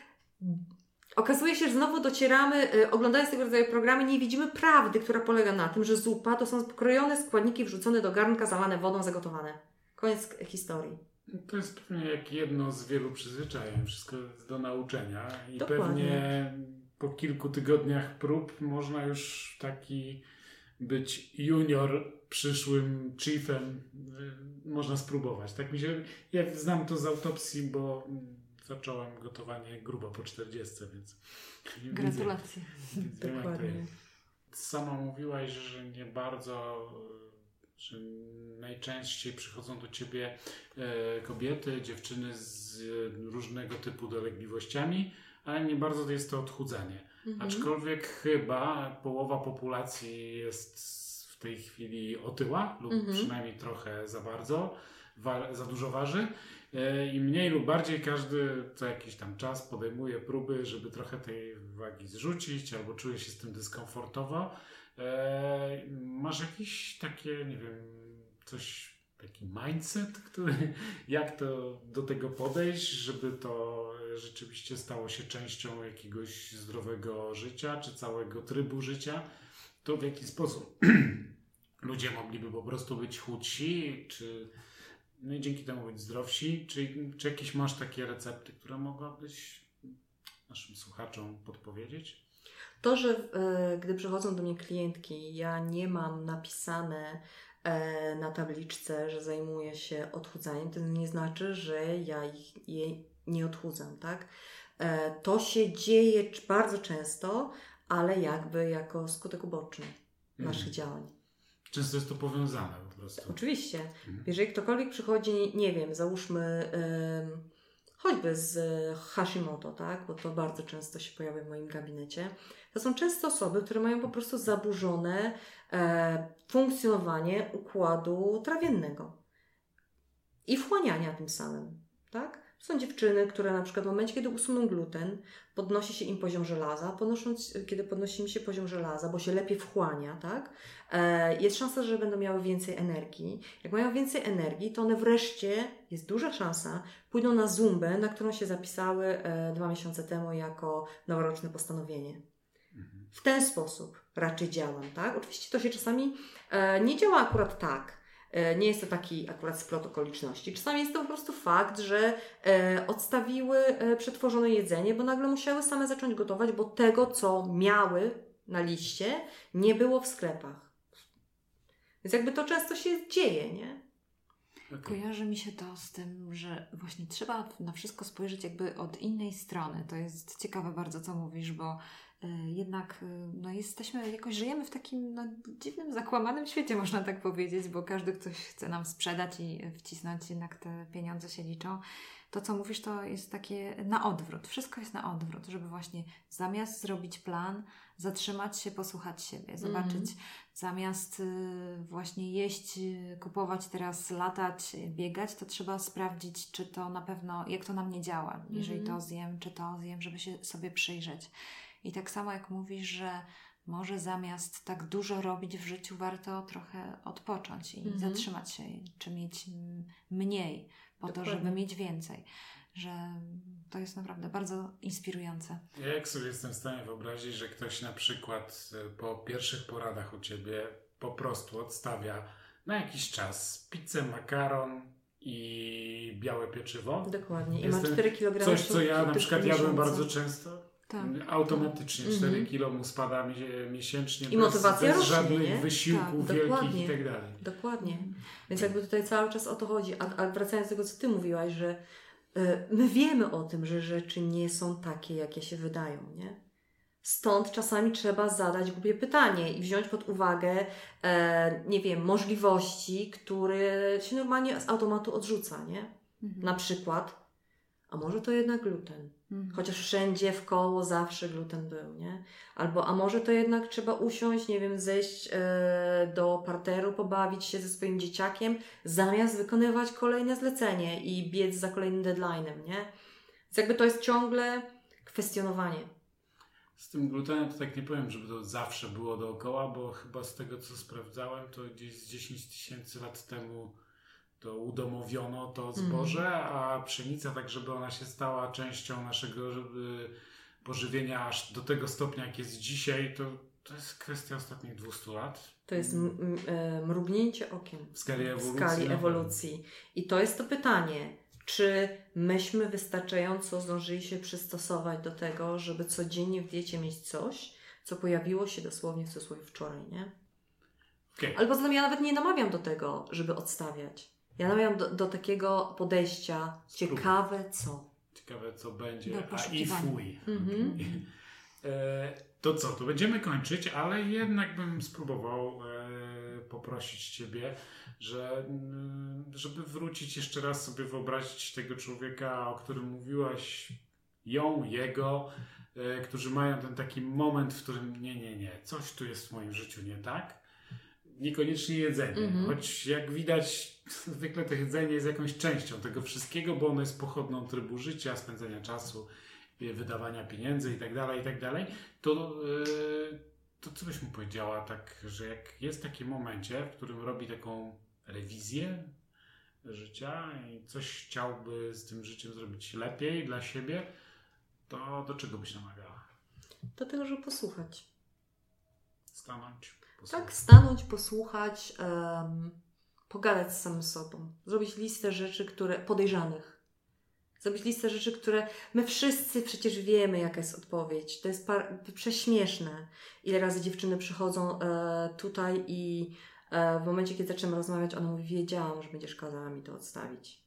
Speaker 3: okazuje się, że znowu docieramy, e, oglądając tego rodzaju programy, nie widzimy prawdy, która polega na tym, że zupa to są pokrojone składniki wrzucone do garnka, zalane wodą, zagotowane. Koniec historii.
Speaker 1: To jest pewnie jak jedno z wielu przyzwyczajeń, wszystko jest do nauczenia i
Speaker 3: Dokładnie.
Speaker 1: Pewnie po kilku tygodniach prób można już taki być junior przyszłym chiefem, można spróbować. Tak mi się, ja znam to z autopsji, bo zacząłem gotowanie grubo po czterdziestce, więc
Speaker 2: gratulacje.
Speaker 1: Więc wiem, jak to jest. Sama mówiłaś, że nie bardzo, że najczęściej przychodzą do Ciebie e, kobiety, dziewczyny z e, różnego typu dolegliwościami, ale nie bardzo jest to odchudzanie. Mhm. Aczkolwiek chyba połowa populacji jest w tej chwili otyła lub mhm. przynajmniej trochę za bardzo, wa- za dużo waży e, i mniej lub bardziej każdy co jakiś tam czas podejmuje próby, żeby trochę tej wagi zrzucić albo czuje się z tym dyskomfortowo. E, masz jakieś takie, nie wiem, coś, taki mindset, który, jak to do tego podejść, żeby to rzeczywiście stało się częścią jakiegoś zdrowego życia, czy całego trybu życia, to w jaki sposób ludzie mogliby po prostu być chudsi, czy no i dzięki temu być zdrowsi, czy, czy jakieś masz takie recepty, które mogłabyś naszym słuchaczom podpowiedzieć?
Speaker 3: To, że e, gdy przychodzą do mnie klientki, ja nie mam napisane e, na tabliczce, że zajmuję się odchudzaniem, to nie znaczy, że ja ich, jej nie odchudzam, tak? E, to się dzieje bardzo często, ale jakby jako skutek uboczny mm. naszych działań.
Speaker 1: Często jest to powiązane po prostu.
Speaker 3: Oczywiście.
Speaker 1: Mm.
Speaker 3: Jeżeli ktokolwiek przychodzi, nie wiem, załóżmy... Y, choćby z Hashimoto, tak? Bo to bardzo często się pojawia w moim gabinecie. To są często osoby, które mają po prostu zaburzone e, funkcjonowanie układu trawiennego i wchłaniania tym samym, tak? Są dziewczyny, które na przykład w momencie, kiedy usuną gluten, podnosi się im poziom żelaza, podnosząc, kiedy podnosi mi się poziom żelaza, bo się lepiej wchłania, tak? E, jest szansa, że będą miały więcej energii. Jak mają więcej energii, to one wreszcie, jest duża szansa, pójdą na zumbę, na którą się zapisały e, dwa miesiące temu jako noworoczne postanowienie. Mhm. W ten sposób raczej działam, tak? Oczywiście to się czasami e, nie działa akurat tak. Nie jest to taki akurat splot okoliczności. Czasami jest to po prostu fakt, że e, odstawiły e, przetworzone jedzenie, bo nagle musiały same zacząć gotować, bo tego, co miały na liście nie było w sklepach. Więc jakby to często się dzieje, nie?
Speaker 2: Okay. Kojarzy mi się to z tym, że właśnie trzeba na wszystko spojrzeć jakby od innej strony. To jest ciekawe bardzo, co mówisz, bo y, jednak y, no jesteśmy, jakoś żyjemy w takim no, dziwnym, zakłamanym świecie, można tak powiedzieć, bo każdy ktoś chce nam sprzedać i wcisnąć, jednak te pieniądze się liczą. To, co mówisz, to jest takie na odwrót. Wszystko jest na odwrót, żeby właśnie zamiast zrobić plan, zatrzymać się, posłuchać siebie, zobaczyć, mm-hmm. zamiast y, właśnie jeść, y, kupować teraz, latać, biegać, to trzeba sprawdzić, czy to na pewno, jak to na mnie działa. Jeżeli mm-hmm. to zjem, czy to zjem, żeby się sobie przyjrzeć. I tak samo jak mówisz, że może zamiast tak dużo robić w życiu, warto trochę odpocząć i mm-hmm. zatrzymać się, czy mieć mniej, po Dokładnie. to, żeby mieć więcej. Że to jest naprawdę bardzo inspirujące.
Speaker 1: Ja jak sobie jestem w stanie wyobrazić, że ktoś na przykład po pierwszych poradach u Ciebie po prostu odstawia na jakiś czas pizzę, makaron i białe pieczywo.
Speaker 3: Dokładnie. I ma cztery kilogramy.
Speaker 1: Coś, co ja na przykład jadłem bardzo często. Tak. Automatycznie
Speaker 3: tak.
Speaker 1: cztery kilo mu spada miesięcznie.
Speaker 3: I bez, motywacja
Speaker 1: bez
Speaker 3: rośnie,
Speaker 1: żadnych
Speaker 3: nie?
Speaker 1: wysiłków
Speaker 3: tak,
Speaker 1: wielkich i tak dalej.
Speaker 3: Dokładnie. Mhm. Więc jakby tutaj cały czas o to chodzi. A, a wracając do tego, co Ty mówiłaś, że y, my wiemy o tym, że rzeczy nie są takie, jakie się wydają, nie? Stąd czasami trzeba zadać głupie pytanie i wziąć pod uwagę, e, nie wiem, możliwości, które się normalnie z automatu odrzuca, nie? Mhm. Na przykład, a może to jednak gluten? Mhm. Chociaż wszędzie w koło zawsze gluten był, nie? Albo, a może to jednak trzeba usiąść, nie wiem, zejść e, do parteru, pobawić się ze swoim dzieciakiem, zamiast wykonywać kolejne zlecenie i biec za kolejnym deadline'em, nie? Więc jakby to jest ciągle kwestionowanie.
Speaker 1: Z tym glutenem to tak nie powiem, żeby to zawsze było dookoła, bo chyba z tego, co sprawdzałem, to gdzieś z dziesięć tysięcy lat temu to udomowiono to zboże, mm. a pszenica, tak żeby ona się stała częścią naszego żeby, pożywienia aż do tego stopnia, jak jest dzisiaj, to, to jest kwestia ostatnich dwieście lat.
Speaker 3: To jest m- m- mrugnięcie okiem
Speaker 1: w skali ewolucji.
Speaker 3: W skali ewolucji. I to jest to pytanie, czy myśmy wystarczająco zdążyli się przystosować do tego, żeby codziennie w diecie mieć coś, co pojawiło się dosłownie w cudzysłowie wczoraj, nie?
Speaker 1: Okay.
Speaker 3: Ale poza tym ja nawet nie namawiam do tego, żeby odstawiać. Ja namawiam do, do takiego podejścia, ciekawe co.
Speaker 1: Ciekawe co będzie, a i fuj. Mm-hmm. e, to co, to będziemy kończyć, ale jednak bym spróbował e, poprosić Ciebie, że, żeby wrócić jeszcze raz sobie wyobrazić tego człowieka, o którym mówiłaś, ją, jego, e, którzy mają ten taki moment, w którym nie, nie, nie, coś tu jest w moim życiu nie tak. Niekoniecznie jedzenie, mm-hmm. choć jak widać zwykle to jedzenie jest jakąś częścią tego wszystkiego, bo ono jest pochodną trybu życia, spędzania czasu, wydawania pieniędzy i tak dalej, i tak dalej, to, yy, to co byś mu powiedziała, tak, że jak jest taki momencie, w którym robi taką rewizję życia i coś chciałby z tym życiem zrobić lepiej dla siebie, to do czego byś namawiała?
Speaker 3: Do tego, żeby posłuchać.
Speaker 1: Stanąć. Posłuchać.
Speaker 3: Tak, stanąć, posłuchać, um, pogadać z samym sobą. Zrobić listę rzeczy, które podejrzanych. Zrobić listę rzeczy, które my wszyscy przecież wiemy, jaka jest odpowiedź. To jest par- prześmieszne. Ile razy dziewczyny przychodzą e, tutaj i e, w momencie, kiedy zaczynamy rozmawiać, ona mówi, wiedziałam, że będziesz kazała mi to odstawić.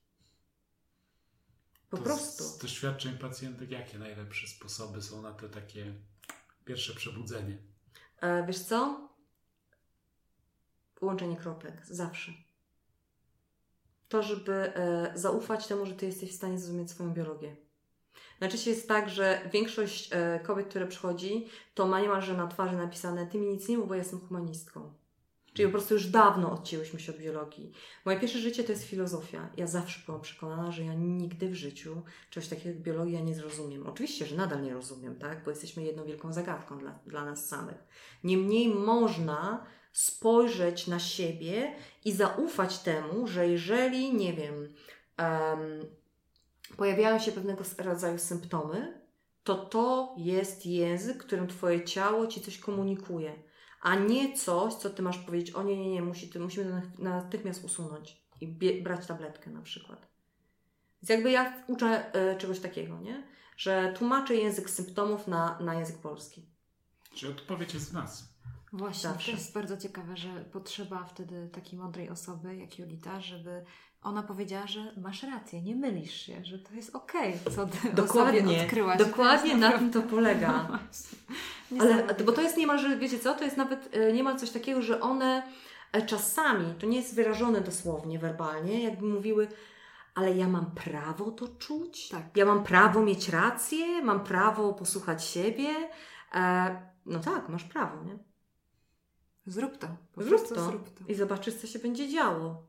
Speaker 3: Po
Speaker 1: to
Speaker 3: prostu.
Speaker 1: Z doświadczeń pacjentek, jakie najlepsze sposoby są na to takie pierwsze przebudzenie?
Speaker 3: E, wiesz co? Łączenie kropek. Zawsze. To, żeby e, zaufać temu, że Ty jesteś w stanie zrozumieć swoją biologię. Najczęściej jest tak, że większość e, kobiet, które przychodzi, to ma niemalże na twarzy napisane, Ty mi nic nie mów, bo ja jestem humanistką. Czyli po prostu już dawno odcięłyśmy się od biologii. Moje pierwsze życie to jest filozofia. Ja zawsze byłam przekonana, że ja nigdy w życiu czegoś takiego jak biologia nie zrozumiem. Oczywiście, że nadal nie rozumiem, tak? Bo jesteśmy jedną wielką zagadką dla, dla nas samych. Niemniej można spojrzeć na siebie i zaufać temu, że jeżeli, nie wiem, um, pojawiają się pewnego rodzaju symptomy, to to jest język, którym Twoje ciało Ci coś komunikuje, a nie coś, co Ty masz powiedzieć, o nie, nie, nie, musi, ty, musimy to natychmiast usunąć i bie, brać tabletkę na przykład. Więc jakby ja uczę y, czegoś takiego, nie? Że tłumaczę język symptomów na, na język polski.
Speaker 1: Czy odpowiedź jest w nas?
Speaker 2: Właśnie,
Speaker 3: Zawsze.
Speaker 2: to jest bardzo ciekawe, że potrzeba wtedy takiej mądrej osoby jak Julita, żeby ona powiedziała, że masz rację, nie mylisz się, że to jest okej, okay, co ty
Speaker 3: Dokładnie,
Speaker 2: sobie odkryłaś.
Speaker 3: dokładnie na tym to polega.
Speaker 2: No
Speaker 3: Ale, bo to jest niemalże, wiecie co, to jest nawet e, niemal coś takiego, że one e, czasami, to nie jest wyrażone dosłownie, werbalnie, jakby mówiły, ale ja mam prawo to czuć,
Speaker 2: Tak.
Speaker 3: ja mam prawo mieć rację, mam prawo posłuchać siebie. E, no tak, masz prawo, nie?
Speaker 2: Zrób to. Po
Speaker 3: Zrób
Speaker 2: prostu
Speaker 3: to.
Speaker 2: zrób to.
Speaker 3: I zobaczysz, co się będzie działo.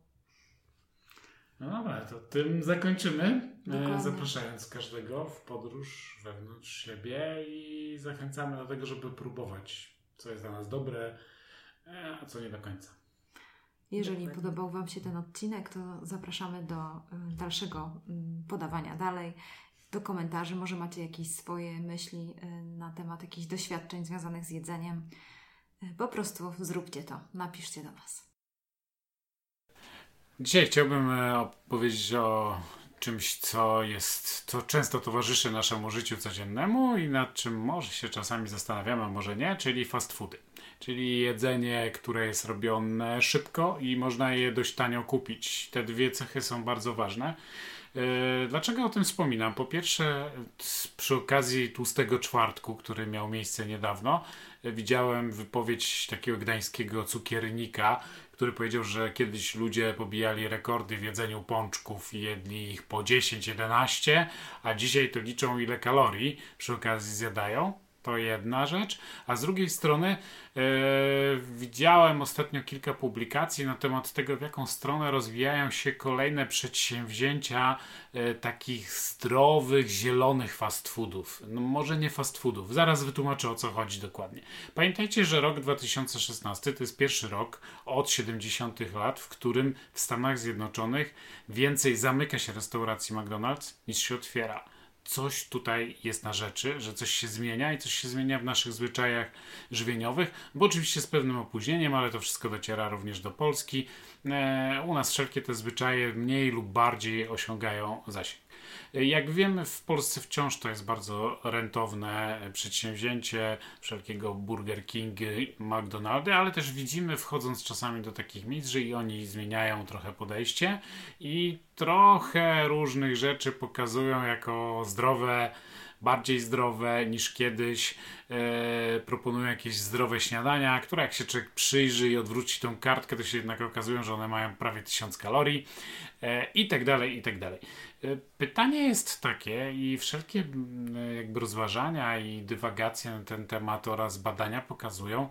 Speaker 1: No dobra, to tym zakończymy,
Speaker 2: Dokładnie.
Speaker 1: e, zapraszając każdego w podróż wewnątrz siebie i zachęcamy do tego, żeby próbować, co jest dla nas dobre, e, a co nie do końca.
Speaker 2: Jeżeli
Speaker 3: Dokładnie.
Speaker 2: podobał Wam się ten odcinek, to zapraszamy do y, dalszego y, podawania dalej, do komentarzy. Może macie jakieś swoje myśli y, na temat jakichś doświadczeń związanych z jedzeniem. Y, po prostu zróbcie to, napiszcie do nas.
Speaker 1: Dzisiaj chciałbym e, opowiedzieć o czymś, co jest, co często towarzyszy naszemu życiu codziennemu i nad czym może się czasami zastanawiamy, a może nie, czyli fast foody. Czyli jedzenie, które jest robione szybko i można je dość tanio kupić. Te dwie cechy są bardzo ważne. Yy, Dlaczego o tym wspominam? Po pierwsze, c- przy okazji Tłustego Czwartku, który miał miejsce niedawno, yy, widziałem wypowiedź takiego gdańskiego cukiernika, który powiedział, że kiedyś ludzie pobijali rekordy w jedzeniu pączków i jedli ich po dziesięć jedenaście, a dzisiaj to liczą, ile kalorii przy okazji zjadają. To jedna rzecz. A z drugiej strony e, widziałem ostatnio kilka publikacji na temat tego, w jaką stronę rozwijają się kolejne przedsięwzięcia e, takich zdrowych, zielonych fast foodów. No może nie fast foodów. Zaraz wytłumaczę, o co chodzi dokładnie. Pamiętajcie, że rok dwa tysiące szesnasty to jest pierwszy rok od siedemdziesiątych lat, w którym w Stanach Zjednoczonych więcej zamyka się restauracji McDonald's niż się otwiera. Coś tutaj jest na rzeczy, że coś się zmienia i coś się zmienia w naszych zwyczajach żywieniowych, bo oczywiście z pewnym opóźnieniem, ale to wszystko dociera również do Polski. E, u nas wszelkie te zwyczaje mniej lub bardziej osiągają zasięg. Jak wiemy, w Polsce wciąż to jest bardzo rentowne przedsięwzięcie, wszelkiego Burger Kingy, McDonaldy, ale też widzimy, wchodząc czasami do takich miejsc, że i oni zmieniają trochę podejście i trochę różnych rzeczy pokazują jako zdrowe, bardziej zdrowe niż kiedyś. E, proponują jakieś zdrowe śniadania, które jak się człowiek przyjrzy i odwróci tą kartkę, to się jednak okazują, że one mają prawie tysiąc kalorii e, i tak dalej, i tak dalej. E, pytanie jest takie i wszelkie m, jakby rozważania i dywagacje na ten temat oraz badania pokazują,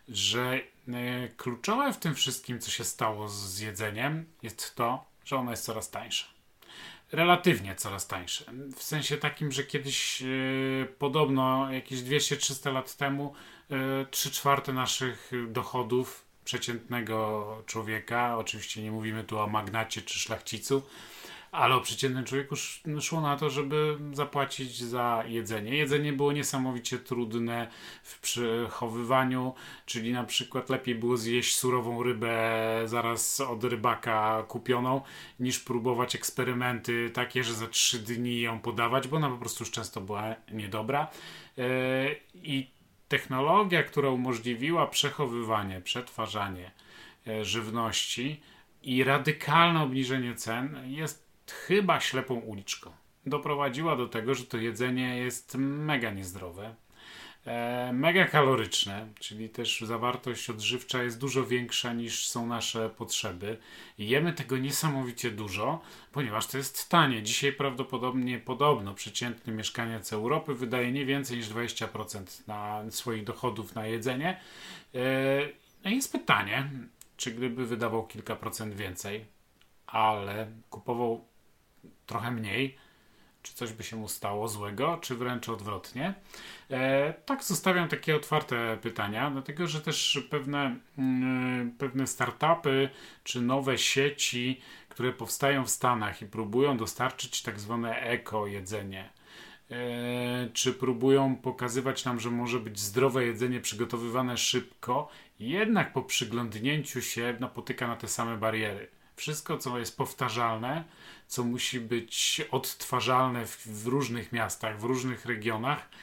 Speaker 1: że e, kluczowe w tym wszystkim, co się stało z jedzeniem, jest to, że ono jest coraz tańsze. Relatywnie coraz tańsze. W sensie takim, że kiedyś yy, podobno jakieś dwieście trzysta lat temu trzy czwarte naszych dochodów przeciętnego człowieka, oczywiście nie mówimy tu o magnacie czy szlachcicu, ale o przeciętnym człowieku szło na to, żeby zapłacić za jedzenie. Jedzenie było niesamowicie trudne w przechowywaniu, czyli na przykład lepiej było zjeść surową rybę zaraz od rybaka kupioną, niż próbować eksperymenty takie, że za trzy dni ją podawać, bo ona po prostu już często była niedobra. I technologia, która umożliwiła przechowywanie, przetwarzanie żywności i radykalne obniżenie cen jest chyba ślepą uliczką. Doprowadziła do tego, że to jedzenie jest mega niezdrowe, e, mega kaloryczne, czyli też zawartość odżywcza jest dużo większa niż są nasze potrzeby. Jemy tego niesamowicie dużo, ponieważ to jest tanie. Dzisiaj prawdopodobnie podobno przeciętny mieszkaniec Europy wydaje nie więcej niż dwadzieścia procent na swoich dochodów na jedzenie. E, no i jest pytanie, czy gdyby wydawał kilka procent więcej, ale kupował trochę mniej, czy coś by się mu stało złego, czy wręcz odwrotnie. E, tak zostawiam takie otwarte pytania, dlatego że też pewne, mm, pewne startupy czy nowe sieci, które powstają w Stanach i próbują dostarczyć tak zwane eko jedzenie, e, czy próbują pokazywać nam, że może być zdrowe jedzenie przygotowywane szybko, jednak po przyglądnięciu się napotyka na te same bariery. Wszystko, co jest powtarzalne, co musi być odtwarzalne w, w różnych miastach, w różnych regionach,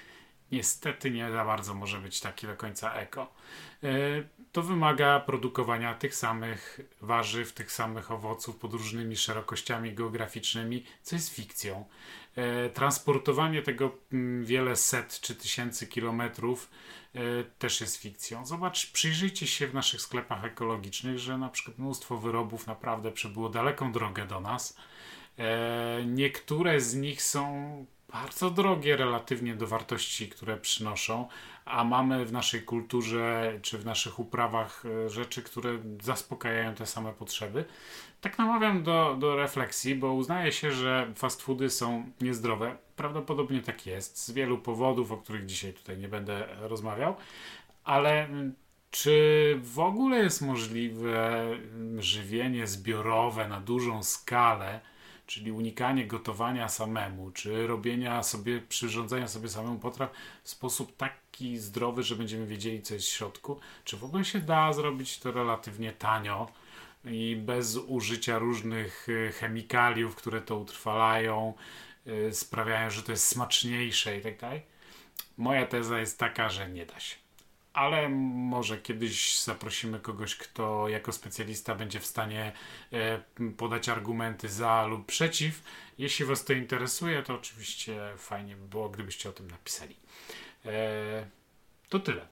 Speaker 1: niestety nie za bardzo może być taki do końca eko. To wymaga produkowania tych samych warzyw, tych samych owoców pod różnymi szerokościami geograficznymi, co jest fikcją. Transportowanie tego wiele set czy tysięcy kilometrów też jest fikcją. Zobacz, przyjrzyjcie się w naszych sklepach ekologicznych, że na przykład mnóstwo wyrobów naprawdę przebyło daleką drogę do nas. Niektóre z nich są bardzo drogie relatywnie do wartości, które przynoszą, a mamy w naszej kulturze czy w naszych uprawach rzeczy, które zaspokajają te same potrzeby. Tak namawiam do, do refleksji, bo uznaje się, że fast foody są niezdrowe. Prawdopodobnie tak jest, z wielu powodów, o których dzisiaj tutaj nie będę rozmawiał, ale czy w ogóle jest możliwe żywienie zbiorowe na dużą skalę, czyli unikanie gotowania samemu, czy robienia sobie, przyrządzania sobie samemu potraw w sposób taki zdrowy, że będziemy wiedzieli, co jest w środku? Czy w ogóle się da zrobić to relatywnie tanio i bez użycia różnych chemikaliów, które to utrwalają, sprawiają, że to jest smaczniejsze i tak dalej? Moja teza jest taka, że nie da się. Ale może kiedyś zaprosimy kogoś, kto jako specjalista będzie w stanie e, podać argumenty za lub przeciw. Jeśli Was to interesuje, to oczywiście fajnie by było, gdybyście o tym napisali. E, to tyle.